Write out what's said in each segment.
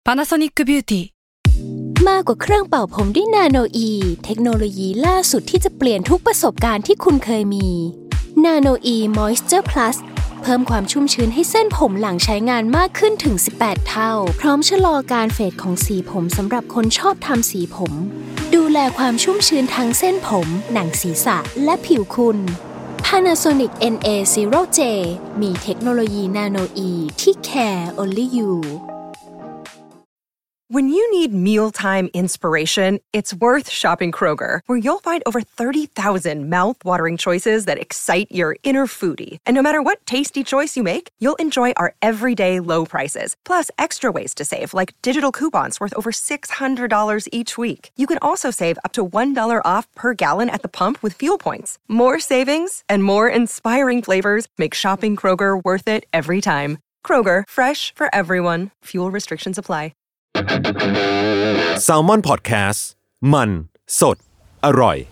Panasonic Beauty มากกว่าเครื่องเป่าผมด้วยนาโนอีเทคโนโลยีล่าสุดที่จะเปลี่ยนทุกประสบการณ์ที่คุณเคยมีนาโนอีมอยส์เจอร์พลัสเพิ่มความชุ่มชื้นให้เส้นผมหลังใช้งานมากขึ้นถึง18เท่าพร้อมชะลอการเฟดของสีผมสำหรับคนชอบทำสีผมดูแลความชุ่มชื้นทั้งเส้นผมหนังศีรษะและผิวคุณ Panasonic NA0J มีเทคโนโลยีนาโนอีที่ care only you When you need mealtime inspiration, it's worth shopping Kroger, where you'll find over 30,000 mouth-watering choices that excite your inner foodie. And no matter what tasty choice you make, you'll enjoy our everyday low prices, plus extra ways to save, like digital coupons worth over $600 each week. You can also save up to $1 off per gallon at the pump with fuel points. More savings and more inspiring flavors make shopping Kroger worth it every time. Kroger, fresh for everyone. Fuel restrictions apply. Salmon Podcast มันสดอร่อย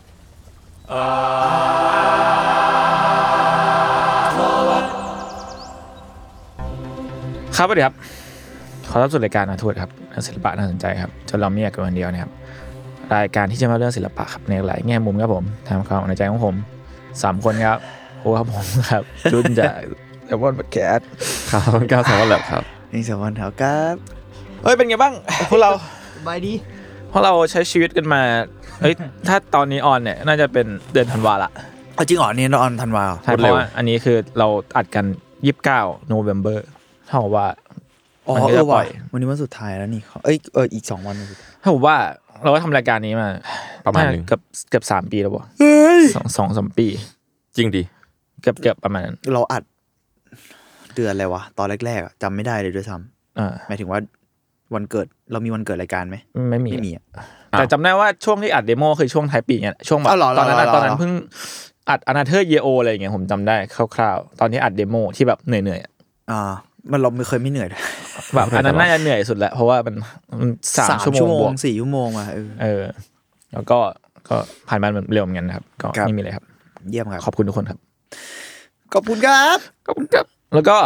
ครับสวัสดีครับขอรับสู่รายการทูตครับศิลปะน่าสนใจครับจนเราไม่อยากกันวันเดียวนะครับรายการที่จะมาเรื่องศิลปะครับในหลายแง่มุมครับผมทำความในใจของผม3คนครับโอ้ครับผมครับรุ่นจากSalmon Podcast ครับก้าวSalmon Lab ครับนี่Salmonแถวครับเฮ้ยเป็นไงบ้างพวกเราสบายดีเพราะเราใช้ชีวิตกันมาเฮ้ยถ้าตอนนี้ออนเนี่ยน่าจะเป็นเดือนธันวาละจริงเหรอนี่ออนธันวาใช่เพราะว่าอันนี้คือเราอัดกัน29 November เท่ากับว่าวันนี้วันสุดท้ายแล้วนี่อีก2วันเท่ากับว่าเราก็ทำรายการนี้มาประมาณเกือบ3ปีแล้วบ่2-3 ปีจริงดิเกือบประมาณนั้นเราอัดเดือนอะไรวะตอนแรกๆจำไม่ได้เลยด้วยซ้ำหมายถึงว่าวันเกิดเรามีวันเกิดรายการไหมไม่มีแต่จำได้ว่าช่วงที่อัดเดโมคือช่วงท้ายปีเนี่ยช่วงแบบตอนนั้นเพิ่งอัด Another Year O อะไรอย่างเงี้ยผมจำได้คร่าวๆตอนที่อัดเดโมที่แบบเหนื่อยๆมันเราไม่เคยไม่เหนื่อยแบบอันนั้นน่าจะเหนื่อยสุดแล้วเพราะว่ามัน3 ชั่วโมงบวก 4 ชั่วโมงมาแล้วก็ผ่านมาเร็วเหมือนกันนะครับก็ไม่มีอะไรครับเยี่ยมครับขอบคุณทุกคนครับขอบคุณครับแล้วก็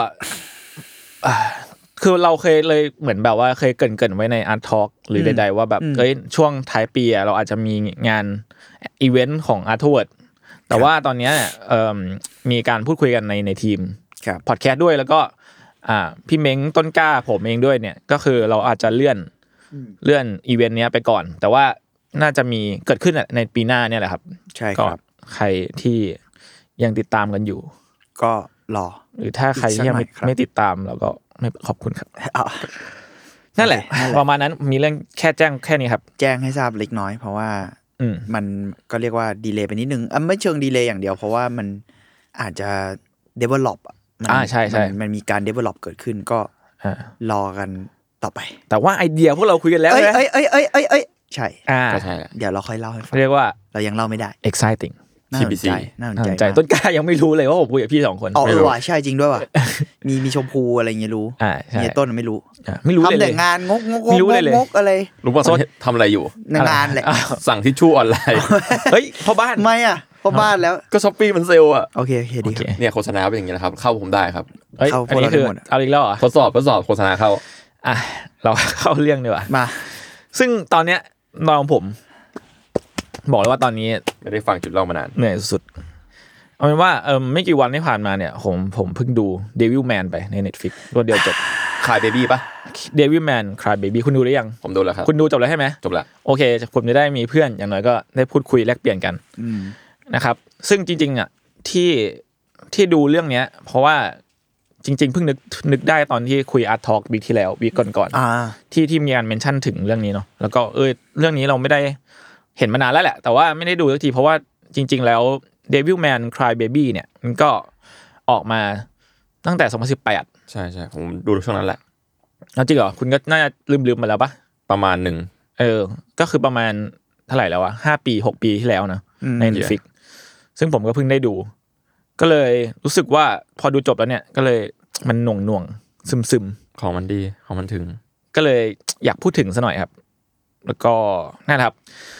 คือเราเคยเลยเหมือนแบบว่าเคยเกริ่นไว้ใน Art Talk หรือใดๆว่าแบบช่วงท้ายปีเราอาจจะมีงานอีเวนต์ของ Artward แต่ว่าตอนนี้มีการพูดคุยกันในทีมพอดแคสต์ด้วยแล้วก็พี่เม้งต้นกล้าผมเองด้วยเนี่ยก็คือเราอาจจะเลื่อนอีเวนต์นี้ไปก่อนแต่ว่าน่าจะมีเกิดขึ้นในปีหน้าเนี่ยแหละครับใช่ครับใครที่ยังติดตามกันอยู่ก็รอหรือถ้าใครที่ยังไม่ติดตามเราก็ไม่ขอบคุณครับนั่นแหละประมาณนั้นมีเรื่องแค่แจ้งแค่นี้ครับแจ้งให้ทราบเล็กน้อยเพราะว่ามันก็เรียกว่าดีเลย์ไปนิดนึงไม่เชิงดีเลย์อย่างเดียวเพราะว่ามันอาจจะ develop ใช่มันมีการ develop เกิดขึ้นก็รอกันต่อไปแต่ว่าไอเดียพวกเราคุยกันแล้วนะใช่ก็ใช่เดี๋ยวเราค่อยเล่าให้ฟังเรียกว่าเรายังเล่าไม่ได้ exciting TBC น่าสนใจต้นกล้ายังไม่รู้เลยว่าผมคุยกับพี่2คนว่ะใช่จริงด้วยว่ะมีชมพูอะไรเงี้ยรู้มีต้นไม่รู้เลยทำแต่งานงกอะไรรู้ว่าทำอะไรอยู่งานแหละสั่งทิชชู่ออนไลน์เฮ้ยพ่อบ้านไม่อ่ะพ่อบ้านแล้วก็ Shopee มันเซลล์อ่ะโอเคดีเนี่ยโฆษณาเป็นอย่างงี้นะครับเข้าผมได้ครับอันนี้คือเอาอีกแล้วเหรอทดสอบโฆษณาเข้าเราเข้าเรื่องดีกว่ามาซึ่งตอนเนี้ยน้องผมบอกเลยว่าตอนนี้ไม่ได้ฟังจุดเล่ามานานเหนื่อยสุดเอาเป็นว่าไม่กี่วันที่ผ่านมาเนี่ยผมเพิ่งดู Devilman ไปใน Netflix รวดเดียวจบ Cry Baby ป่ะ Devilman Cry Baby คุณดูหรือยังผมดูแล้วครับคุณดูจบแล้วใช่มั้ยจบแล้วโอเคผมจะได้มีเพื่อนอย่างน้อยก็ได้พูดคุยแลกเปลี่ยนกันนะครับซึ่งจริงๆอ่ะที่ดูเรื่องเนี้ยเพราะว่าจริงๆเพิ่งนึกได้ตอนที่คุย Art Talk วีคที่แล้ววีคก่อนๆที่มีการเมนชั่นถึงเรื่องนี้เนาะแล้วก็เรื่องนี้เราไม่ได้เห็นมานานแล้วแหละแต่ว่าไม่ได้ดูสักทีเพราะว่าจริงๆแล้ว Devilman Cry Baby เนี่ยมันก็ออกมาตั้งแต่2018 ใช่ๆผมดูช่วงนั้นแหละจริงเหรอคุณก็น่าจะลืมมาแล้วปะประมาณนึงก็คือประมาณเท่าไหร่แล้วอะ5 ปี6 ปีที่แล้วนะใน Netflix ซึ่งผมก็เพิ่งได้ดูก็เลยรู้สึกว่าพอดูจบแล้วเนี่ยก็เลยมันหน่วงซึมๆของมันดีของมันถึงก็เลยอยากพูดถึงซะหน่อยครับแล้วก็นั่นแหละครับ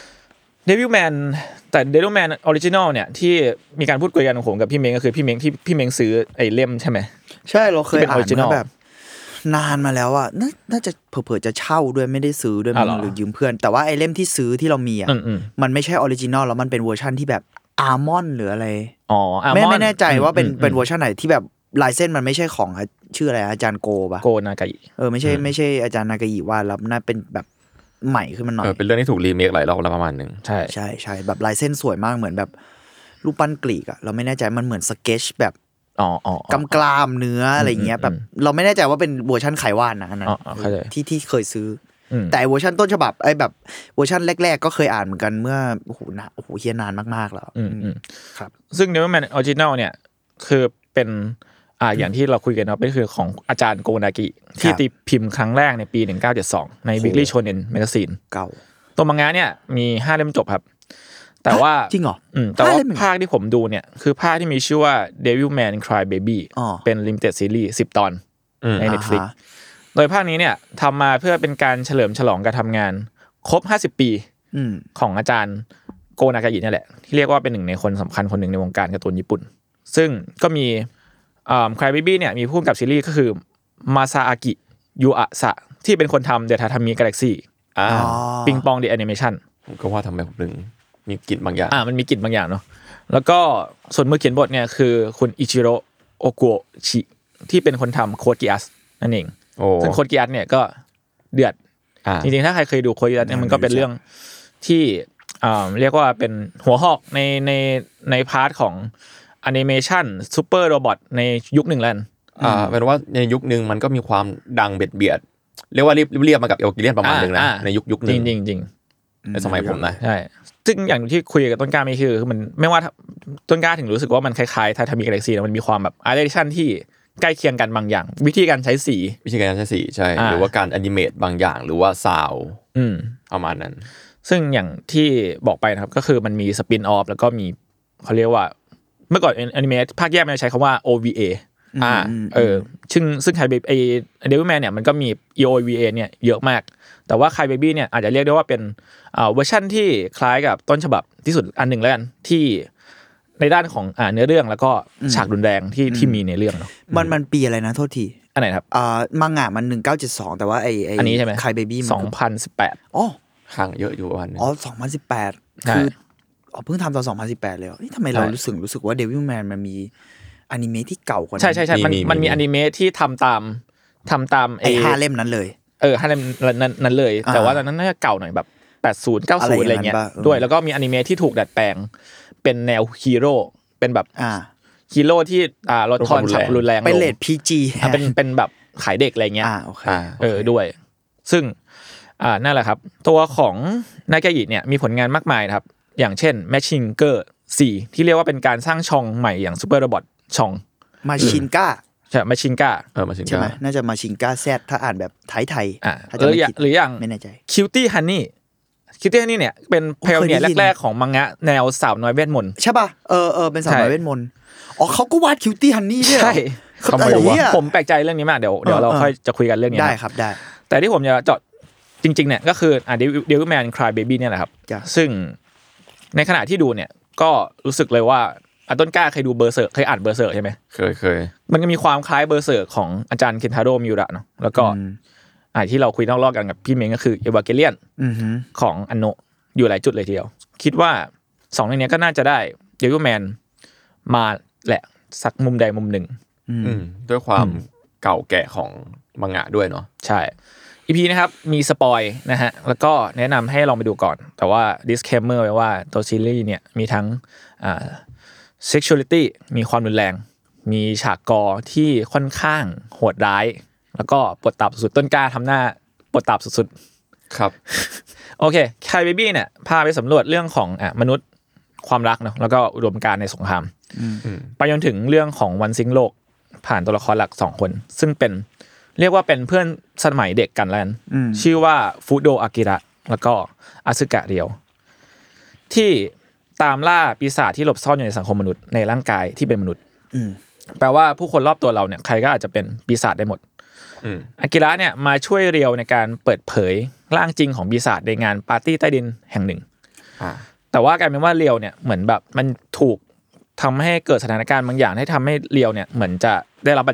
Devilman แต่ Devilman Original เนี่ยที่มีการพูดคุยกันของผมกับพี่เม้งก็คือพี่เม้งที่พี่เม้งซื้อไอ้เล่มใช่มั้ยใช่เราเคยอ่านแบบนานมาแล้วอ่ะน่าจะเผลอๆจะเช่าด้วยไม่ได้ซื้อด้วยมั้งหรือยืมเพื่อนแต่ว่าไอ้เล่มที่ซื้อที่เรามีอ่ะมันไม่ใช่ออริจินอลแล้วมันเป็นเวอร์ชั่นที่แบบอาร์มอนหรืออะไรไม่แน่ใจว่าเป็นเวอร์ชันไหนที่แบบลายเส้นมันไม่ใช่ของชื่ออะไรอาจารย์โกป่ะโกนากาอิไม่ใช่อาจารย์นากาอิวาดแล้วน่าเป็นแบบใหม่ขึ้นมาหน่อยเป็นเรื่องที่ถูกรีเมคหลายรอบแล้วประมาณนึงใช่แบบลายเส้นสวยมากเหมือนแบบรูปปั้นกรีกอ่ะเราไม่แน่ใจมันเหมือนสเก็ตช์แบบกล้ามเนื้ออะไรเงี้ยแบบเราไม่แน่ใจว่าเป็นเวอร์ชันใครวาดนะอันนั้นที่เคยซื้อแต่เวอร์ชันต้นฉบับไอ้แบบเวอร์ชันแรกๆก็เคยอ่านเหมือนกันเมื่อโอ้โหเฮียนานมากๆแล้วครับซึ่ง Neverman Original เนี่ยคือเป็นอย่างที่เราคุยกันเนาะเป็นคือของอาจารย์โกนากิที่ตีพิมพ์ครั้งแรกในปี1972ใน Weekly Shonen Magazine เก่าตัวมังงะเนี่ยมี5เล่มจบครับแต่ว่าจริงเหรอแต่ว่าภาคที่ผมดูเนี่ยคือภาคที่มีชื่อว่า Devilman Crybaby เป็น Limited Series 10 ตอนใน Netflix โดยภาคนี้เนี่ยทำมาเพื่อเป็นการเฉลิมฉลองการทำงานครบ50 ปีของอาจารย์โกนากาอินี่แหละที่เรียกว่าเป็นหนึ่งในคนสำคัญคนหนึ่งในวงการการ์ตูนญี่ปุ่นซึ่งก็มีCrybaby เนี่ยมีผู้กำกับซีรีส์ก็คือมาซาอากิยูอะสะที่เป็นคนทำเดอะทาทามิกาแล็กซี่ปิงปองเดอะแอนิเมชั่นก็ว่าทำไมผมถึงมีกลิ่นบางอย่างมันมีกลิ่นบางอย่างเนาะแล้วก็ส่วนมือเขียนบทเนี่ยคือคุณอิจิโร่โอกุโอชิที่เป็นคนทำโค้ดกิอัสนั่นเองซึ่งโค้ดกิอัสเนี่ยก็เดือดจริงๆถ้าใครเคยดูโค้ดกิอัสเนี่ยมันก็เป็นเรื่องที่เรียกว่าเป็นหัวหอกในพาร์ทของแอนิเมชันซูเปอร์โรบอทในยุคหนึ่งแล้วเป็นว่าในยุคนึงมันก็มีความดังเบียดเรียกว่าเรียบมากับเอลกิเลียนประมาณนึงนะในยุคนึงจริงในสมัยผมนะใช่ซึ่งอย่างที่คุยกับต้นกล้าไม่คือมันไม่ว่าต้นกล้าถึงรู้สึกว่ามันคล้ายๆไททามิกาแล็กซี่มันมีความแบบแอนิเมชันที่ใกล้เคียงกันบางอย่างวิธีการใช้สีใช่หรือว่าการแอนิเมตบางอย่างหรือว่าซาวด์ประมาณนั้นซึ่งอย่างที่บอกไปนะครับก็คือมันมีสปินออฟแล้วก็มีเขาเรียกว่าเมื่อก่อนแอนิเมตภาคแยกมันใช้คำว่า OVA ซึ่งไคเบบี้เดวิลแมนเนี่ยมันก็มี OVA เนี่ยเยอะมากแต่ว่าไคเบบี้เนี่ยอาจจะเรียกได้ว่าเป็นเวอร์ชั่นที่คล้ายกับต้นฉบับที่สุดอันหนึ่งแล้วกันที่ในด้านของเนื้อเรื่องแล้วก็ฉากรุนแรงที่มีในเรื่องเนาะมันปีอะไรนะโทษทีอันไหนครับมังงะมัน1972แต่ว่าอันนี้ใช่มั้ยไคเบบี้ 2018 ห่างเยอะอยู่ประมาณนึง 2018คือเพิ่งทำตอน2018เลยทำไมเรารู้สึกว่า Devilman มันมีอนิเมะที่เก่ากว่าใช่ๆมันมีอนิเมะที่ทำตามไอ้5เล่มนั้นเลย 5เล่มนั้นเลยแต่ว่าตอนนั้นน่าจะเก่าหน่อยแบบ80 90อะไรเงี้ยด้วยแล้วก็มีอนิเมะที่ถูกดัดแปลงเป็นแนวฮีโร่เป็นแบบฮีโร่ที่ลดทอนความรุนแรงเป็นเรท PG เป็นแบบขายเด็กอะไรเงี้ยด้วยซึ่งนั่นแหละครับตัวของนากาอิเนี่ยมีผลงานมากมายครับอย่างเช่น Machinger 4ที่เรียกว่าเป็นการสร้างช่องใหม่อย่างซูเปอร์โรบอทช่อง Machinga ใช่ Machinga ใช่มั้ยน่าจะ Machinga Z ถ้าอ่านแบบไทยๆถ้าจะไม่ผิดหรืออย่างไม่แน่ใจ Cutie Honey Cutie Honey เนี่ยเป็นไพโอเนียร์แรกๆของมังงะแนวสาวน้อยเวทมนต์ใช่ป่ะเป็นสาวน้อยเวทมนต์เขาก็วาด Cutie Honey ด้วยใช่ผมแปลกใจเรื่องนี้มากเดี๋ยวเราค่อยจะคุยกันเรื่องนี้ได้ครับได้แต่ที่ผมจะเจาะจริงๆเนี่ยก็คือDevilman Crybaby เนี่ยแหละครับซึ่งในขณะที่ดูเนี่ยก็รู้สึกเลยว่าต้นกล้าเคยดูเบอร์เซอร์เคยอ่านเบอร์เซอร์ใช่ไหมเคยมันก็มีความคล้ายเบอร์เซอร์ของอาจารย์เคนทาโร่มิวระเนาะแล้วก็ที่เราคุยนอกรอบกันกับพี่เมงก็คือเอวาเกเลียนของอันโนะอยู่หลายจุดเลยทีเดียวคิดว่า2เรื่องนี้ก็น่าจะได้เดวิลแมนมาแหละสักมุมใดมุมหนึ่งด้วยความเก่าแก่ของมังงะด้วยเนาะใช่ EP นะครับมีสปอยนะฮะแล้วก็แนะนำให้ลองไปดูก่อนแต่ว่า disclaimer ไว้ว่าตัวซีรีส์เนี่ยมีทั้งsexuality มีความรุนแรงมีฉากกอที่ค่อนข้างโหดร้ายแล้วก็ปวดตับสุดต้นกล้าทำหน้าปวดตับสุดๆครับโอเคไคเบบี้เนี่ยพาไปสำรวจเรื่องของมนุษย์ความรักเนาะแล้วก็อุดมการณ์ในสงครามไปจนถึงเรื่องของวันสิ้นโลกผ่านตัวละครหลัก2คนซึ่งเป็นเรียกว่าเป็นเพื่อนสมัยเด็กกันแล้วชื่อว่าฟุโดอากิระแล้วก็อาซึกะเรียวที่ตามล่าปีศาจที่หลบซ่อนอยู่ในสังคมมนุษย์ในร่างกายที่เป็นมนุษย์แปลว่าผู้คนรอบตัวเราเนี่ยใครก็อาจจะเป็นปีศาจได้หมดอากิระเนี่ยมาช่วยเรียวในการเปิดเผยร่างจริงของปีศาจในงานปาร์ตี้ใต้ดินแห่งหนึ่งแต่ว่ากลายเป็นว่าเรียวเนี่ยเหมือนแบบมันถูกทำให้เกิดสถานการณ์บางอย่างให้ทำให้เรียวเนี่ยเหมือนจะได้รับบาดเจ็บ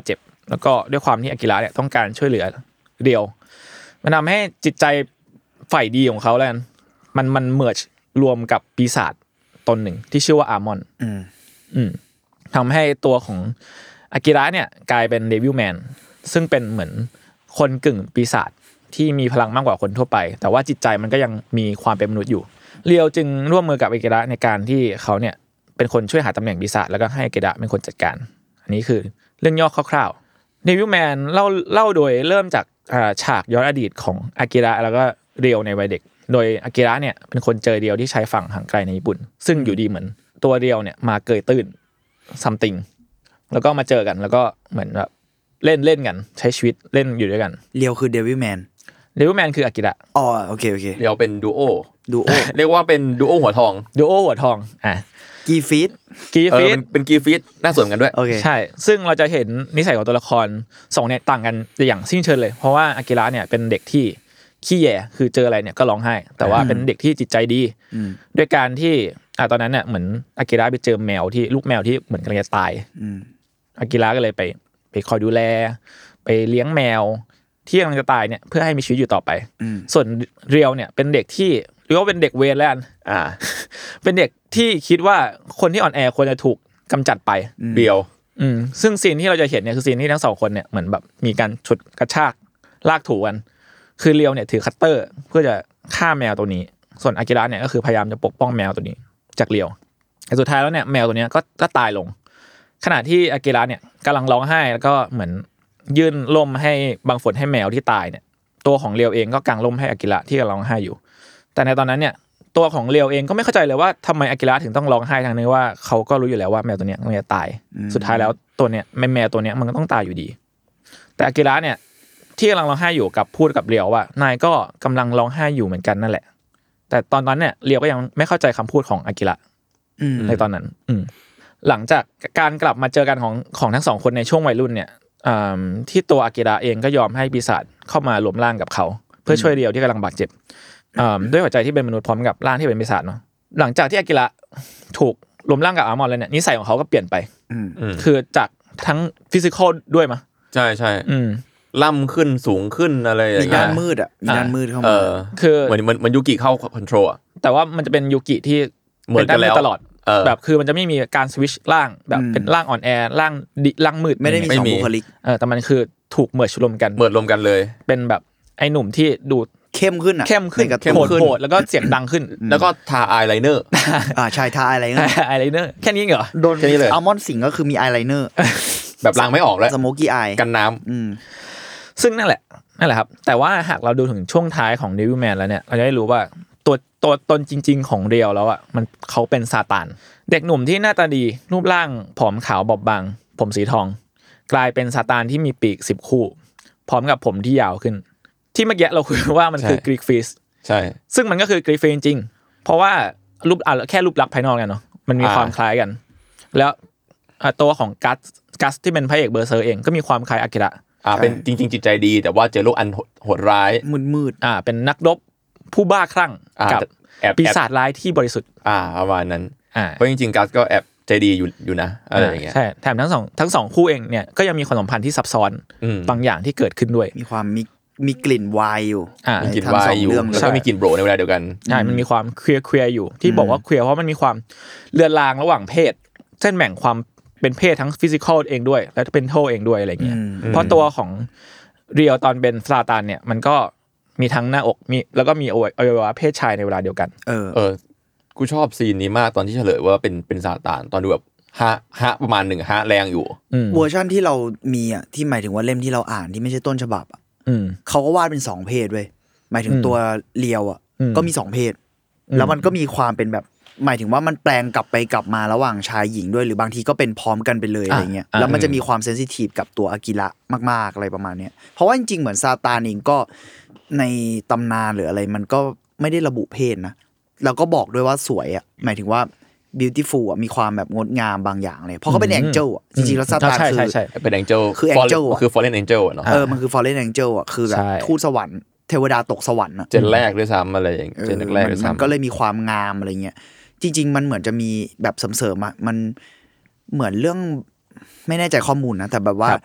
แล้วก็ด้วยความที่อากิระเนี่ยต้องการช่วยเหลือเรียวมันทำให้จิตใจฝ่ายดีของเขาแล้วมันเมิร์จรวมกับปีศาจตนหนึ่งที่ชื่อว่าอาร์มอนทำให้ตัวของอากิระเนี่ยกลายเป็นเดวิลแมนซึ่งเป็นเหมือนคนกึ่งปีศาจที่มีพลังมากกว่าคนทั่วไปแต่ว่าจิตใจมันก็ยังมีความเป็นมนุษย์อยู่เรียวจึงร่วมมือกับอากิระในการที่เขาเนี่ยเป็นคนช่วยหาตำแหน่งปีศาจแล้วก็ให้อากิระเป็นคนจัดการอันนี้คือเรื่องย่อคร่าวๆเดวิลแมนเล่าโดยเริ่มจากฉากย้อนอดีตของอากิระแล้วก็เรียวในวัยเด็กโดยอากิระเนี่ยเป็นคนเจอเรียวที่ชายฝั่งห่างไกลในญี่ปุ่นซึ่งอยู่ดีเหมือนตัวเรียวเนี่ยมาเกยตื้น something แล้วก็มาเจอกันแล้วก็เหมือนแบบเล่นกันใช้ชีวิตเล่นอยู่ด้วยกันเรียวคือเดวิลแมนคืออากิระอ๋อโอเคเรียวเป็นดูโอเรียกว่าเป็นดูโอหัวทองกีฟีดเป็นกีฟีดน่าสนกันด้วยใช่ซึ่งเราจะเห็นนิสัยของตัวละคร2เนี่ยต่างกันอย่างสิ้นเชิงเลยเพราะว่าอากิระเนี่ยเป็นเด็กที่ขี้แย่คือเจออะไรเนี่ยก็ร้องไห้แต่ว่าเป็นเด็กที่จิตใจดีด้วยการที่ตอนนั้นเนี่ยเหมือนอากิระไปเจอแมวที่ลูกแมวที่เหมือนกำลังจะตายอากิระก็เลยไปคอยดูแลไปเลี้ยงแมวที่กำลังจะตายเนี่ยเพื่อให้มีชีวิตอยู่ต่อไปส่วนเรียวเนี่ยเป็นเด็กที่หรือว่าเป็นเด็กเวรแล้วกันเป็นเด็กที่คิดว่าคนที่อ่อนแอควรจะถูกกำจัดไปเรียวซึ่งซีนที่เราจะเห็นเนี่ยคือซีนที่ทั้งสองคนเนี่ยเหมือนแบบมีการฉุดกระชากลากถูกันคือเรียวเนี่ยถือคัตเตอร์เพื่อจะฆ่าแมวตัวนี้ส่วนอากิระเนี่ยก็คือพยายามจะปกป้องแมวตัวนี้จากเรียวแต่สุดท้ายแล้วเนี่ยแมวตัวนี้ก็ตายลงขณะที่อากิระเนี่ยกำลังร้องไห้แล้วก็เหมือนยื่นล่มให้บังฝนให้แมวที่ตายเนี่ยตัวของเรียวเองก็กางล่มให้อากิระที่กำลังร้องไห้อยู่แต่ในตอนนั้นเนี่ยตัวของเรียวเองก็ไม่เข้าใจเลยว่าทำไมอากิระถึงต้องร้องไห้ทั้งนี้ว่าเขาก็รู้อยู่แล้วว่าแมวตัวนี้มันจะตายสุดท้ายแล้วตัวเนี้ยแมวตัวเนี้ยมันก็ต้องตายอยู่ดีแต่อากิระเนี่ยที่กำลังร้องไห้อยู่กับพูดกับเรียวว่านายก็กำลังร้องไห้อยู่เหมือนกันนั่นแหละแต่ตอนนั้นเนี่ยเรียวก็ยังไม่เข้าใจคำพูดของอากิระในตอนนั้นหลังจากการกลับมาเจอกันของทั้งสองคนในช่วงวัยรุ่นเนี่ยที่ตัวอากิระเองก็ยอมให้ปีศาจเข้ามารวมร่างกับเขาเพื่อช่วยเรียวที่กำลังบาดเจ็บด้วยหัวใจที่เป็นมนุษย์พร้อมกับร่างที่เป็นปีศาจเนาะหลังจากที่อากิระถูกรวมร่างกับอาร์มอนแล้วเนี่ยนิสัยของเขาก็เปลี่ยนไปคือจากทั้งฟิสิกอลด้วยมั้ยใช่ๆล่ำขึ้นสูงขึ้นอะไรอย่างเงี้ยมีด้านมืดมีด้านมืดเข้ามาคือเหมือนยูกิเข้าคอนโทรลอ่ะแต่ว่ามันจะเป็นยูกิที่เหมือนกันแล้วตลอดแบบคือมันจะไม่มีการสวิตช์ร่างแบบเป็นร่างอ่อนแอร่างมืดไม่ได้มี2บุคลิกแต่มันคือถูกเมิร์จรวมกันเลยเป็นแบบไอ้หนุ่มที่ดูเข้มขึ้นโหดแล้วก็เสียงดังขึ้นแล้วก็ทาอายไลเนอร์ใช่ทาอายไลเนอร์แค่นี้เหรอโดนแค่นี้เลยอัลมอนด์สิงก็คือมีอายไลเนอร์แบบล้างไม่ออกแล้วสโมกี้อายกันน้ำซึ่งนั่นแหละครับแต่ว่าหากเราดูถึงช่วงท้ายของเดวิลแมนแล้วเนี่ยเราจะได้รู้ว่าตัวตนจริงๆของเรียวแล้วอ่ะเขาเป็นซาตานเด็กหนุ่มที่หน้าตาดีรูปร่างผอมขาวบอบบางผมสีทองกลายเป็นซาตานที่มีปีก10คู่พร้อมกับผมที่ยาวขึ้นที่เมื่อกี้เราคุยว่ามันคือกรีกฟิชใช่ซึ่งมันก็คือกรีกฟิชจริงเพราะว่าแค่รูปลักษณ์ภายนอกกันเนาะมันมีความคล้ายกันแล้วตัวของกัสที่เป็นพระเอกเบอร์เซอร์เองก็มีความคล้ายอากิระเป็นจริงๆจิตใจดีแต่ว่าเจอโลกอันโหดร้ายมืดเป็นนักรบผู้บ้าคลั่งกับปีศาจร้ายที่บริสุทธิ์ประมาณนั้นเพราะจริงๆกัสก็แอบใจดีอยู่นะอะไรอย่างเงี้ยใช่แถมทั้งสองคู่เองเนี่ยก็ยังมีความสัมพันธ์ที่ซับซ้อนบางอย่างที่เกิดขึ้นด้วยมีความมีกลิ่นวายอยู่มีกลิ่นวายอยู่แล้วก็มีกลิ่นโบรในเวลาเดียวกันใช่มันมีความเคลียร์อยู่ที่บอกว่าเคลียร์เพราะมันมีความเลือนลางระหว่างเพศเส้นแบ่งความเป็นเพศทั้งฟิสิกอลเองด้วยและเป็นโทเองด้วยอะไรเงี้ยเพราะตัวของเรียวตอนเป็นซาตานเนี่ยมันก็มีทั้งหน้าอกมีแล้วก็มีอวัยวะเพศชายในเวลาเดียวกันกูชอบซีนนี้มากตอนที่เฉลยว่าเป็นซาตานตอนดูแบบฮะประมาณ1ฮะแรงอยู่เวอร์ชั่นที่เรามีอ่ะที่หมายถึงว่าเล่มที่เราอ่านที่ไม่ใช่ต้นฉบับอ่ะเขาก็วาดเป็น2เพศเว้ยหมายถึงตัวเรียวอ่ะก็มี2เพศแล้วมันก็มีความเป็นแบบหมายถึงว่ามันแปลงกลับมาระหว่างชายหญิงด้วยหรือบางทีก็เป็นพร้อมกันไปเลยอะไรเงี้ยแล้วมันจะมีความเซนซิทีฟกับตัวอากิระมากๆอะไรประมาณเนี้ยเพราะว่าจริงๆเหมือนซาตานเองก็ในตำนานหรืออะไรมันก็ไม่ได้ระบุเพศนะแล้วก็บอกด้วยว่าสวยอ่ะหมายถึงว่า beautiful อ่ะมีความแบบงดงามบางอย่างเลยเพราะเขาเป็น angel อ่ะจริงๆแล้วซาตานคือเป็น angel คือ angel คือ fallen angel เนาะมันคือ fallen angel อ่ะคือแบบทูตสวรรค์เทวดาตกสวรรค์อ่ะเจนแรกด้วยซ้ำอะไรอย่างเจนแรกด้วยซ้ำมันก็เลยมีความงามอะไรเงี้ยจริงๆมันเหมือนจะมีแบบเสริมๆอ่ะมันเหมือนเรื่องไม่แน่ใจข้อมูลนะแต่แบบว่า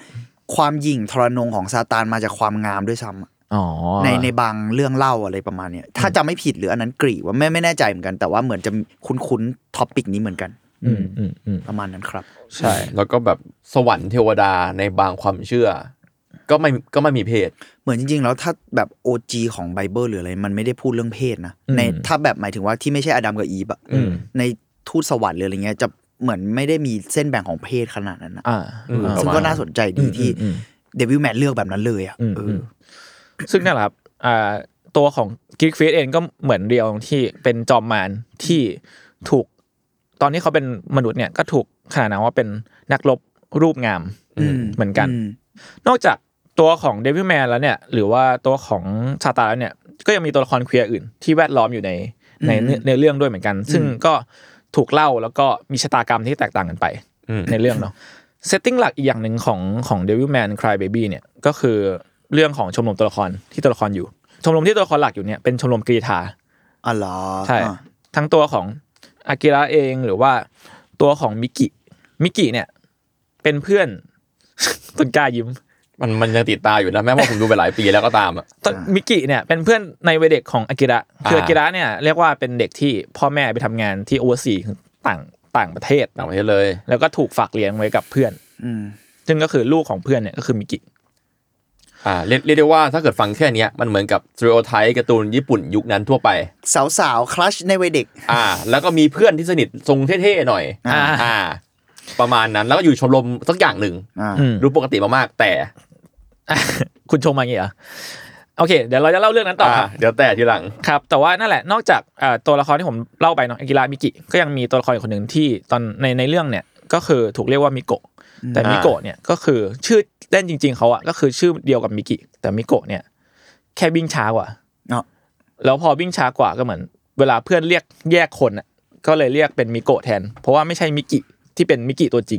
ความหยิ่งทรนงของซาตานมาจากความงามด้วยซ้ำในบางเรื่องเล่าอะไรประมาณเนี้ยถ้าจำไม่ผิดหรืออันนั้นกรีว่าไม่แน่ใจเหมือนกันแต่ว่าเหมือนจะคุ้นท็อปิกนี้เหมือนกันประมาณนั้นครับใช่แล้วก็แบบสวรรค์เทวดาในบางความเชื่อก็ไม่มีเพศเหมือนจริงๆแล้วถ้าแบบ OG ของไบเบิลหรืออะไรมันไม่ได้พูดเรื่องเพศนะในถ้าแบบหมายถึงว่าที่ไม่ใช่อาดัมกับอีฟอะในทูตสวรรค์หรืออะไรเงี้ยจะเหมือนไม่ได้มีเส้นแบ่งของเพศขนาดนั้นนะซึ่งก็น่าสนใจดีที่เดวิลแมนเลือกแบบนั้นเลยอ่ะซึ่งนั่นแหละครับตัวของกิกเฟสเองก็เหมือนเรียวที่เป็นจอมมารที่ถูกตอนที่เขาเป็นมนุษย์เนี่ยก็ถูกขนานนามว่าเป็นนักรบรูปงามเหมือนกันนอกจากตัวของเดวิลแมนแล้วเนี่ยหรือว่าตัวของซาตานแล้วเนี่ยก็ยังมีตัวละครเคลียร์อื่นที่แวดล้อมอยู่ในเรื่องด้วยเหมือนกันซึ่งก็ถูกเล่าแล้วก็มีชะตากรรมที่แตกต่างกันไปในเรื่องเนาะเซตติ้งหลักอีกอย่างนึงของ Devilman Crybaby เนี่ยก็คือเรื่องของชมรมตัวละครที่ตัวละครอยู่ชมรมที่ตัวละครหลักอยู่เนี่ยเป็นชมรมกรีฑาอ๋อเหรอใช่ทั้งตัวของอากิระเองหรือว่าตัวของมิกิเนี่ยเป็นเพื่อนต้นกล้ายิ้มมันยังติดตาอยู่นะแม้ว่าผมดูไปหลายปีแล้วก็ตามอ่ะมิกิเนี่ยเป็นเพื่อนในวัยเด็กของอากิระคืออากิระเนี่ยเรียกว่าเป็นเด็กที่พ่อแม่ไปทำงานที่โอเวอร์ซีต่างประเทศเลยแล้วก็ถูกฝากเลี้ยงไว้กับเพื่อนซึ่งก็คือลูกของเพื่อนเนี่ยก็คือมิกิเรียกได้ว่าถ้าเกิดฟังแค่นี้มันเหมือนกับสเตอริโอไทป์การ์ตูนญี่ปุ่นยุคนั้นทั่วไปสาวๆคลัชในวัยเด็กแล้วก็มีเพื่อนที่สนิททรงเท่ๆหน่อยประมาณนั้นแล้วก็อยู่ชมรมสักอย่างหนึ่งดูปกติมากๆแต่คุณชมมาอย่างงี้เหรอโอเคเดี๋ยวเราจะเล่าเรื่องนั้นต่อครับเดี๋ยวแต่ทีหลังครับแต่ว่านั่นแหละนอกจากตัวละครที่ผมเล่าไปเนาะอากิระมิกิก็ยังมีตัวละครอีกคนนึงที่ตอนในเรื่องเนี่ยก็คือถูกเรียกว่ามิโกะแต่มิโกะเนี่ยก็คือชื่อเล่นจริงๆเขาอ่ะก็คือชื่อเดียวกับมิกิแต่มิโกะเนี่ยแค่วิ่งช้ากว่าแล้วพอวิ่งช้ากว่าก็เหมือนเวลาเพื่อนเรียกแยกคนอ่ะก็เลยเรียกเป็นมิโกะแทนเพราะว่าไม่ใช่มิกิที่เป็นมิกิตัวจริง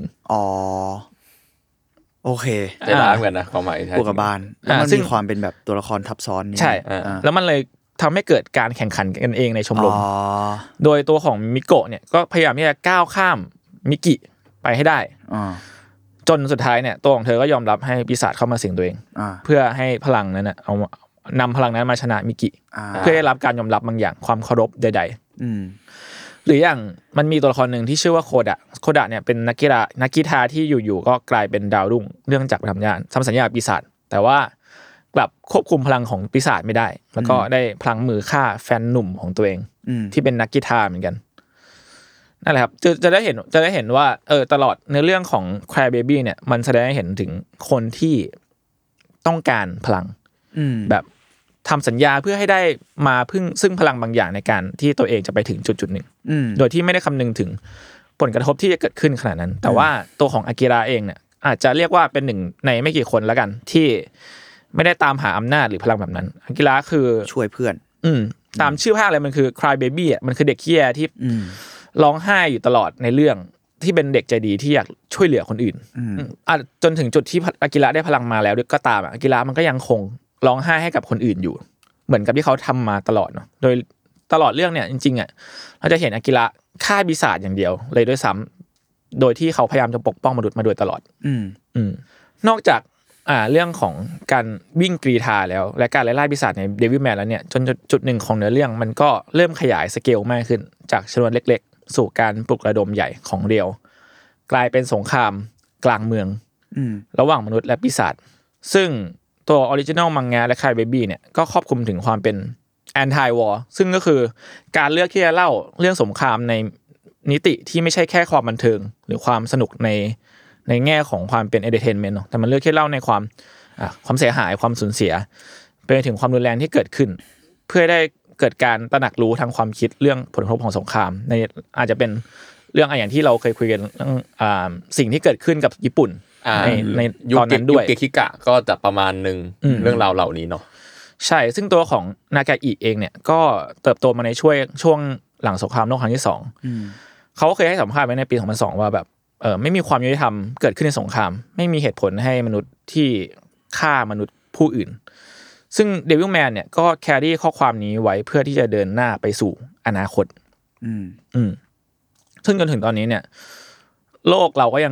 โอเคได้ร้านกันนะความหมายพวกกับบ้านแล้วมันมีความเป็นแบบตัวละครทับซ้อนใช่แล้วมันเลยทำให้เกิดการแข่งขันกันเองในชมรมโดยตัวของมิโกะเนี่ยก็พยายามที่จะก้าวข้ามมิกิไปให้ได้จนสุดท้ายเนี่ยตัวของเธอก็ยอมรับให้ปีศาจเข้ามาสิงตัวเองเพื่อให้พลังนั้นนะเอานำพลังนั้นมาชนะมิกิเพื่อได้รับการยอมรับบางอย่างความเคารพใดๆหรืออย่างมันมีตัวละครหนึ่งที่ชื่อว่าโคดะเนี่ยเป็นนักกีฬาที่อยู่ๆก็กลายเป็นดาวรุ่งเรื่องจากไปทำสัญญาปีศาจแต่ว่ากลับควบคุมพลังของปีศาจไม่ได้แล้วก็ได้พลังมือฆ่าแฟนหนุ่มของตัวเองที่เป็นนักกีฬาเหมือนกันนั่นแหละครับจะได้เห็นว่าตลอดในเรื่องของ Crybaby เนี่ยมันแสดงให้เห็นถึงคนที่ต้องการพลังแบบทำสัญญาเพื่อให้ได้มาพึ่งซึ่งพลังบางอย่างในการที่ตัวเองจะไปถึงจุดๆนึงโดยที่ไม่ได้คำนึงถึงผลกระทบที่จะเกิดขึ้นขนาดนั้นแต่ว่าตัวของอากิระเองเนี่ยอาจจะเรียกว่าเป็นหนึ่งในไม่กี่คนแล้วกันที่ไม่ได้ตามหาอำนาจหรือพลังแบบนั้นอากิระคือช่วยเพื่อนตามชื่อภาคเลยมันคือ Crybaby อ่ะมันคือเด็กขี้แยที่ร้องไห้อยู่ตลอดในเรื่องที่เป็นเด็กใจดีที่อยากช่วยเหลือคนอื่นจนถึงจุดที่อากิระได้พลังมาแล้วด้วยก็ตามอากิระมันก็ยังคงร้องไห้ให้กับคนอื่นอยู่เหมือนกับที่เขาทำมาตลอดเนาะโดยตลอดเรื่องเนี่ยจริงๆอ่ะเราจะเห็นอากิระฆ่าปีศาจอย่างเดียวเลยด้วยซ้ำโดยที่เขาพยายามจะปกป้องมนุษย์มาโดยตลอดนอกจากเรื่องของการวิ่งกรีฑาแล้วและการไล่ปีศาจในเดวิลแมนแล้วเนี่ยจนจุดหนึ่งของเนื้อเรื่องมันก็เริ่มขยายสเกลมากขึ้นจากชนวนเล็กๆสู่การปลุกระดมใหญ่ของเรียวกลายเป็นสงครามกลางเมืองระหว่างมนุษย์และปีศาจซึ่งตัวออริจินัลมังงะและCrybabyเนี่ยก็ครอบคลุมถึงความเป็น anti war ซึ่งก็คือการเลือกที่จะเล่าเรื่องสงครามในนิติที่ไม่ใช่แค่ความบันเทิงหรือความสนุกในแง่ของความเป็น entertainment เนาะแต่มันเลือกที่เล่าในความเสียหายความสูญเสียไปถึงความรุนแรงที่เกิดขึ้นเพื่อได้เกิดการตระหนักรู้ทางความคิดเรื่องผลกระทบของสงครามในอาจจะเป็นเรื่องอย่างที่เราเคยคุยกันเรื่องสิ่งที่เกิดขึ้นกับญี่ปุ่นในตอนนั้นด้วยยุคเกคิกะก็จะประมาณนึงเรื่องราวเหล่านี้เนาะใช่ซึ่งตัวของนากาอิเองเนี่ยก็เติบโตมาในช่วงหลังสงครามโลกครั้งที่2เขาเคยให้สัมภาษณ์ไว้ในปี2002ว่าแบบไม่มีความยุติธรรมเกิดขึ้นในสงครามไม่มีเหตุผลให้มนุษย์ที่ฆ่ามนุษย์ผู้อื่นซึ่งเดวิลแมนเนี่ยก็แครี่ข้อความนี้ไว้เพื่อที่จะเดินหน้าไปสู่อนาคตซึ่งจนถึงตอนนี้เนี่ยโลกเราก็ยัง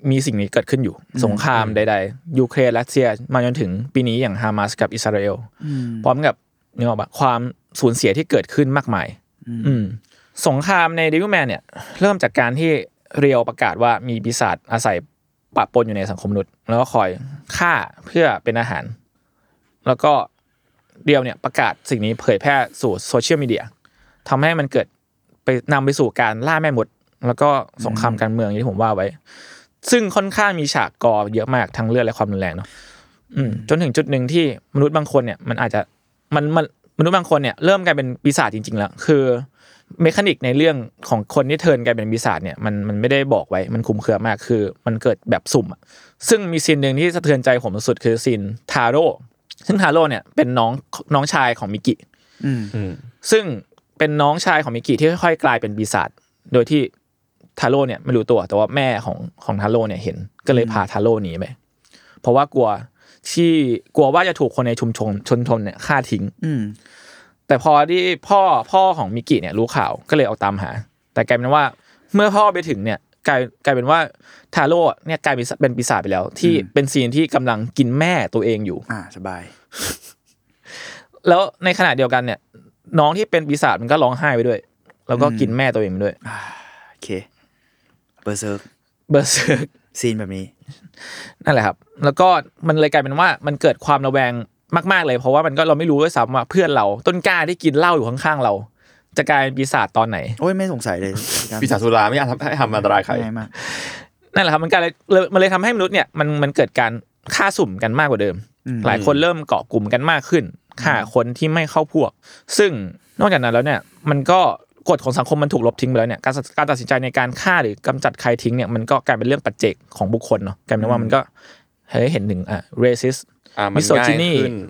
มีสิ่งนี้เกิดขึ้นอยู่สงครามใดๆยูเครนรัสเซียมาจนถึงปีนี้อย่างฮามาสกับอิสราเอลพร้อมกับนึกออกป่ะความสูญเสียที่เกิดขึ้นมากมายสงครามใน Devilman เนี่ยเริ่มจากการที่เรียวประกาศว่ามีปีศาจอาศัยปะปนอยู่ในสังคมมนุษย์แล้วก็คอยฆ่าเพื่อเป็นอาหารแล้วก็เรียวเนี่ยประกาศสิ่งนี้เผยแพร่สู่โซเชียลมีเดียทำให้มันเกิดไปนำไปสู่การล่าแม่มดแล้วก็สงครามการเมืองอย่างที่ผมว่าไว้ซึ่งค่อนข้างมีฉากกอเยอะมากทั้งเลือดและความรุนแรงเนาะจนถึงจุดนึงที่มนุษย์บางคนเนี่ยมันอาจจะมนุษย์บางคนเนี่ยเริ่มกลายเป็นปีศาจจริงๆแล้วคือเมคานิกในเรื่องของคนที่เทิร์นกลายเป็นปีศาจเนี่ยมันไม่ได้บอกไว้มันคลุมเครือมากคือมันเกิดแบบสุ่มซึ่งมีซีนนึงที่สะเทือนใจผมสุดคือซีนทาโร่ซึ่งทาโร่เนี่ยเป็นน้องชายของมิกิซึ่งเป็นน้องชายของมิกิที่ค่อยๆกลายเป็นปีศาจโดยที่ทาโร่เนี่ยไม่รู้ตัวแต่ว่าแม่ของทาโร่เนี่ยเห็นก็เลยพาทาโร่หนีไปเพราะว่ากลัวว่าจะถูกคนในชุมชนเนี่ยฆ่าทิ้งแต่พอที่พ่อของมิกิเนี่ยรู้ข่าวก็เลยเอาตามหาแต่กลายเป็นว่าเมื่อพ่อไปถึงเนี่ยกลายเป็นว่าทาโร่เนี่ยกลายเป็นปีศาจไปแล้วที่เป็นซีนที่กำลังกินแม่ตัวเองอยู่สบายแล้วในขณะเดียวกันเนี่ยน้องที่เป็นปีศาจมันก็ร้องไห้ไปด้วยแล้วก็กินแม่ตัวเองไปด้วยโอเคเบอร์เซิร์กซีนแบบนี้นั่นแหละครับแล้วก็มันเลยกลายเป็นว่ามันเกิดความระแวงมากๆเลยเพราะว่าเราไม่รู้ด้วยซ้ำว่าเพื่อนเราต้นกล้าที่กินเหล้าอยู่ข้างๆเราจะกลายเป็นปีศาจตอนไหนโอ้ยไม่สงสัยเลยปีศาจสุราไม่ทำอันตรายใครนั่นแหละครับมันเลยทำให้มนุษย์เนี่ยมันเกิดการฆ่าสุ่มกันมากกว่าเดิมหลายคนเริ่มเกาะกลุ่มกันมากขึ้นฆ่าคนที่ไม่เข้าพวกซึ่งนอกจากนั้นแล้วเนี่ยมันก็กฎของสังคมมันถูกลบทิ้งไปแล้วเนี่ยการตัดสินใจในการฆ่าหรือกำจัดใครทิ้งเนี่ยมันก็กลายเป็นเรื่องปัจเจกของบุคคลเนาะกลายเป็นว่ามันก็เห็นถึงracist misogyny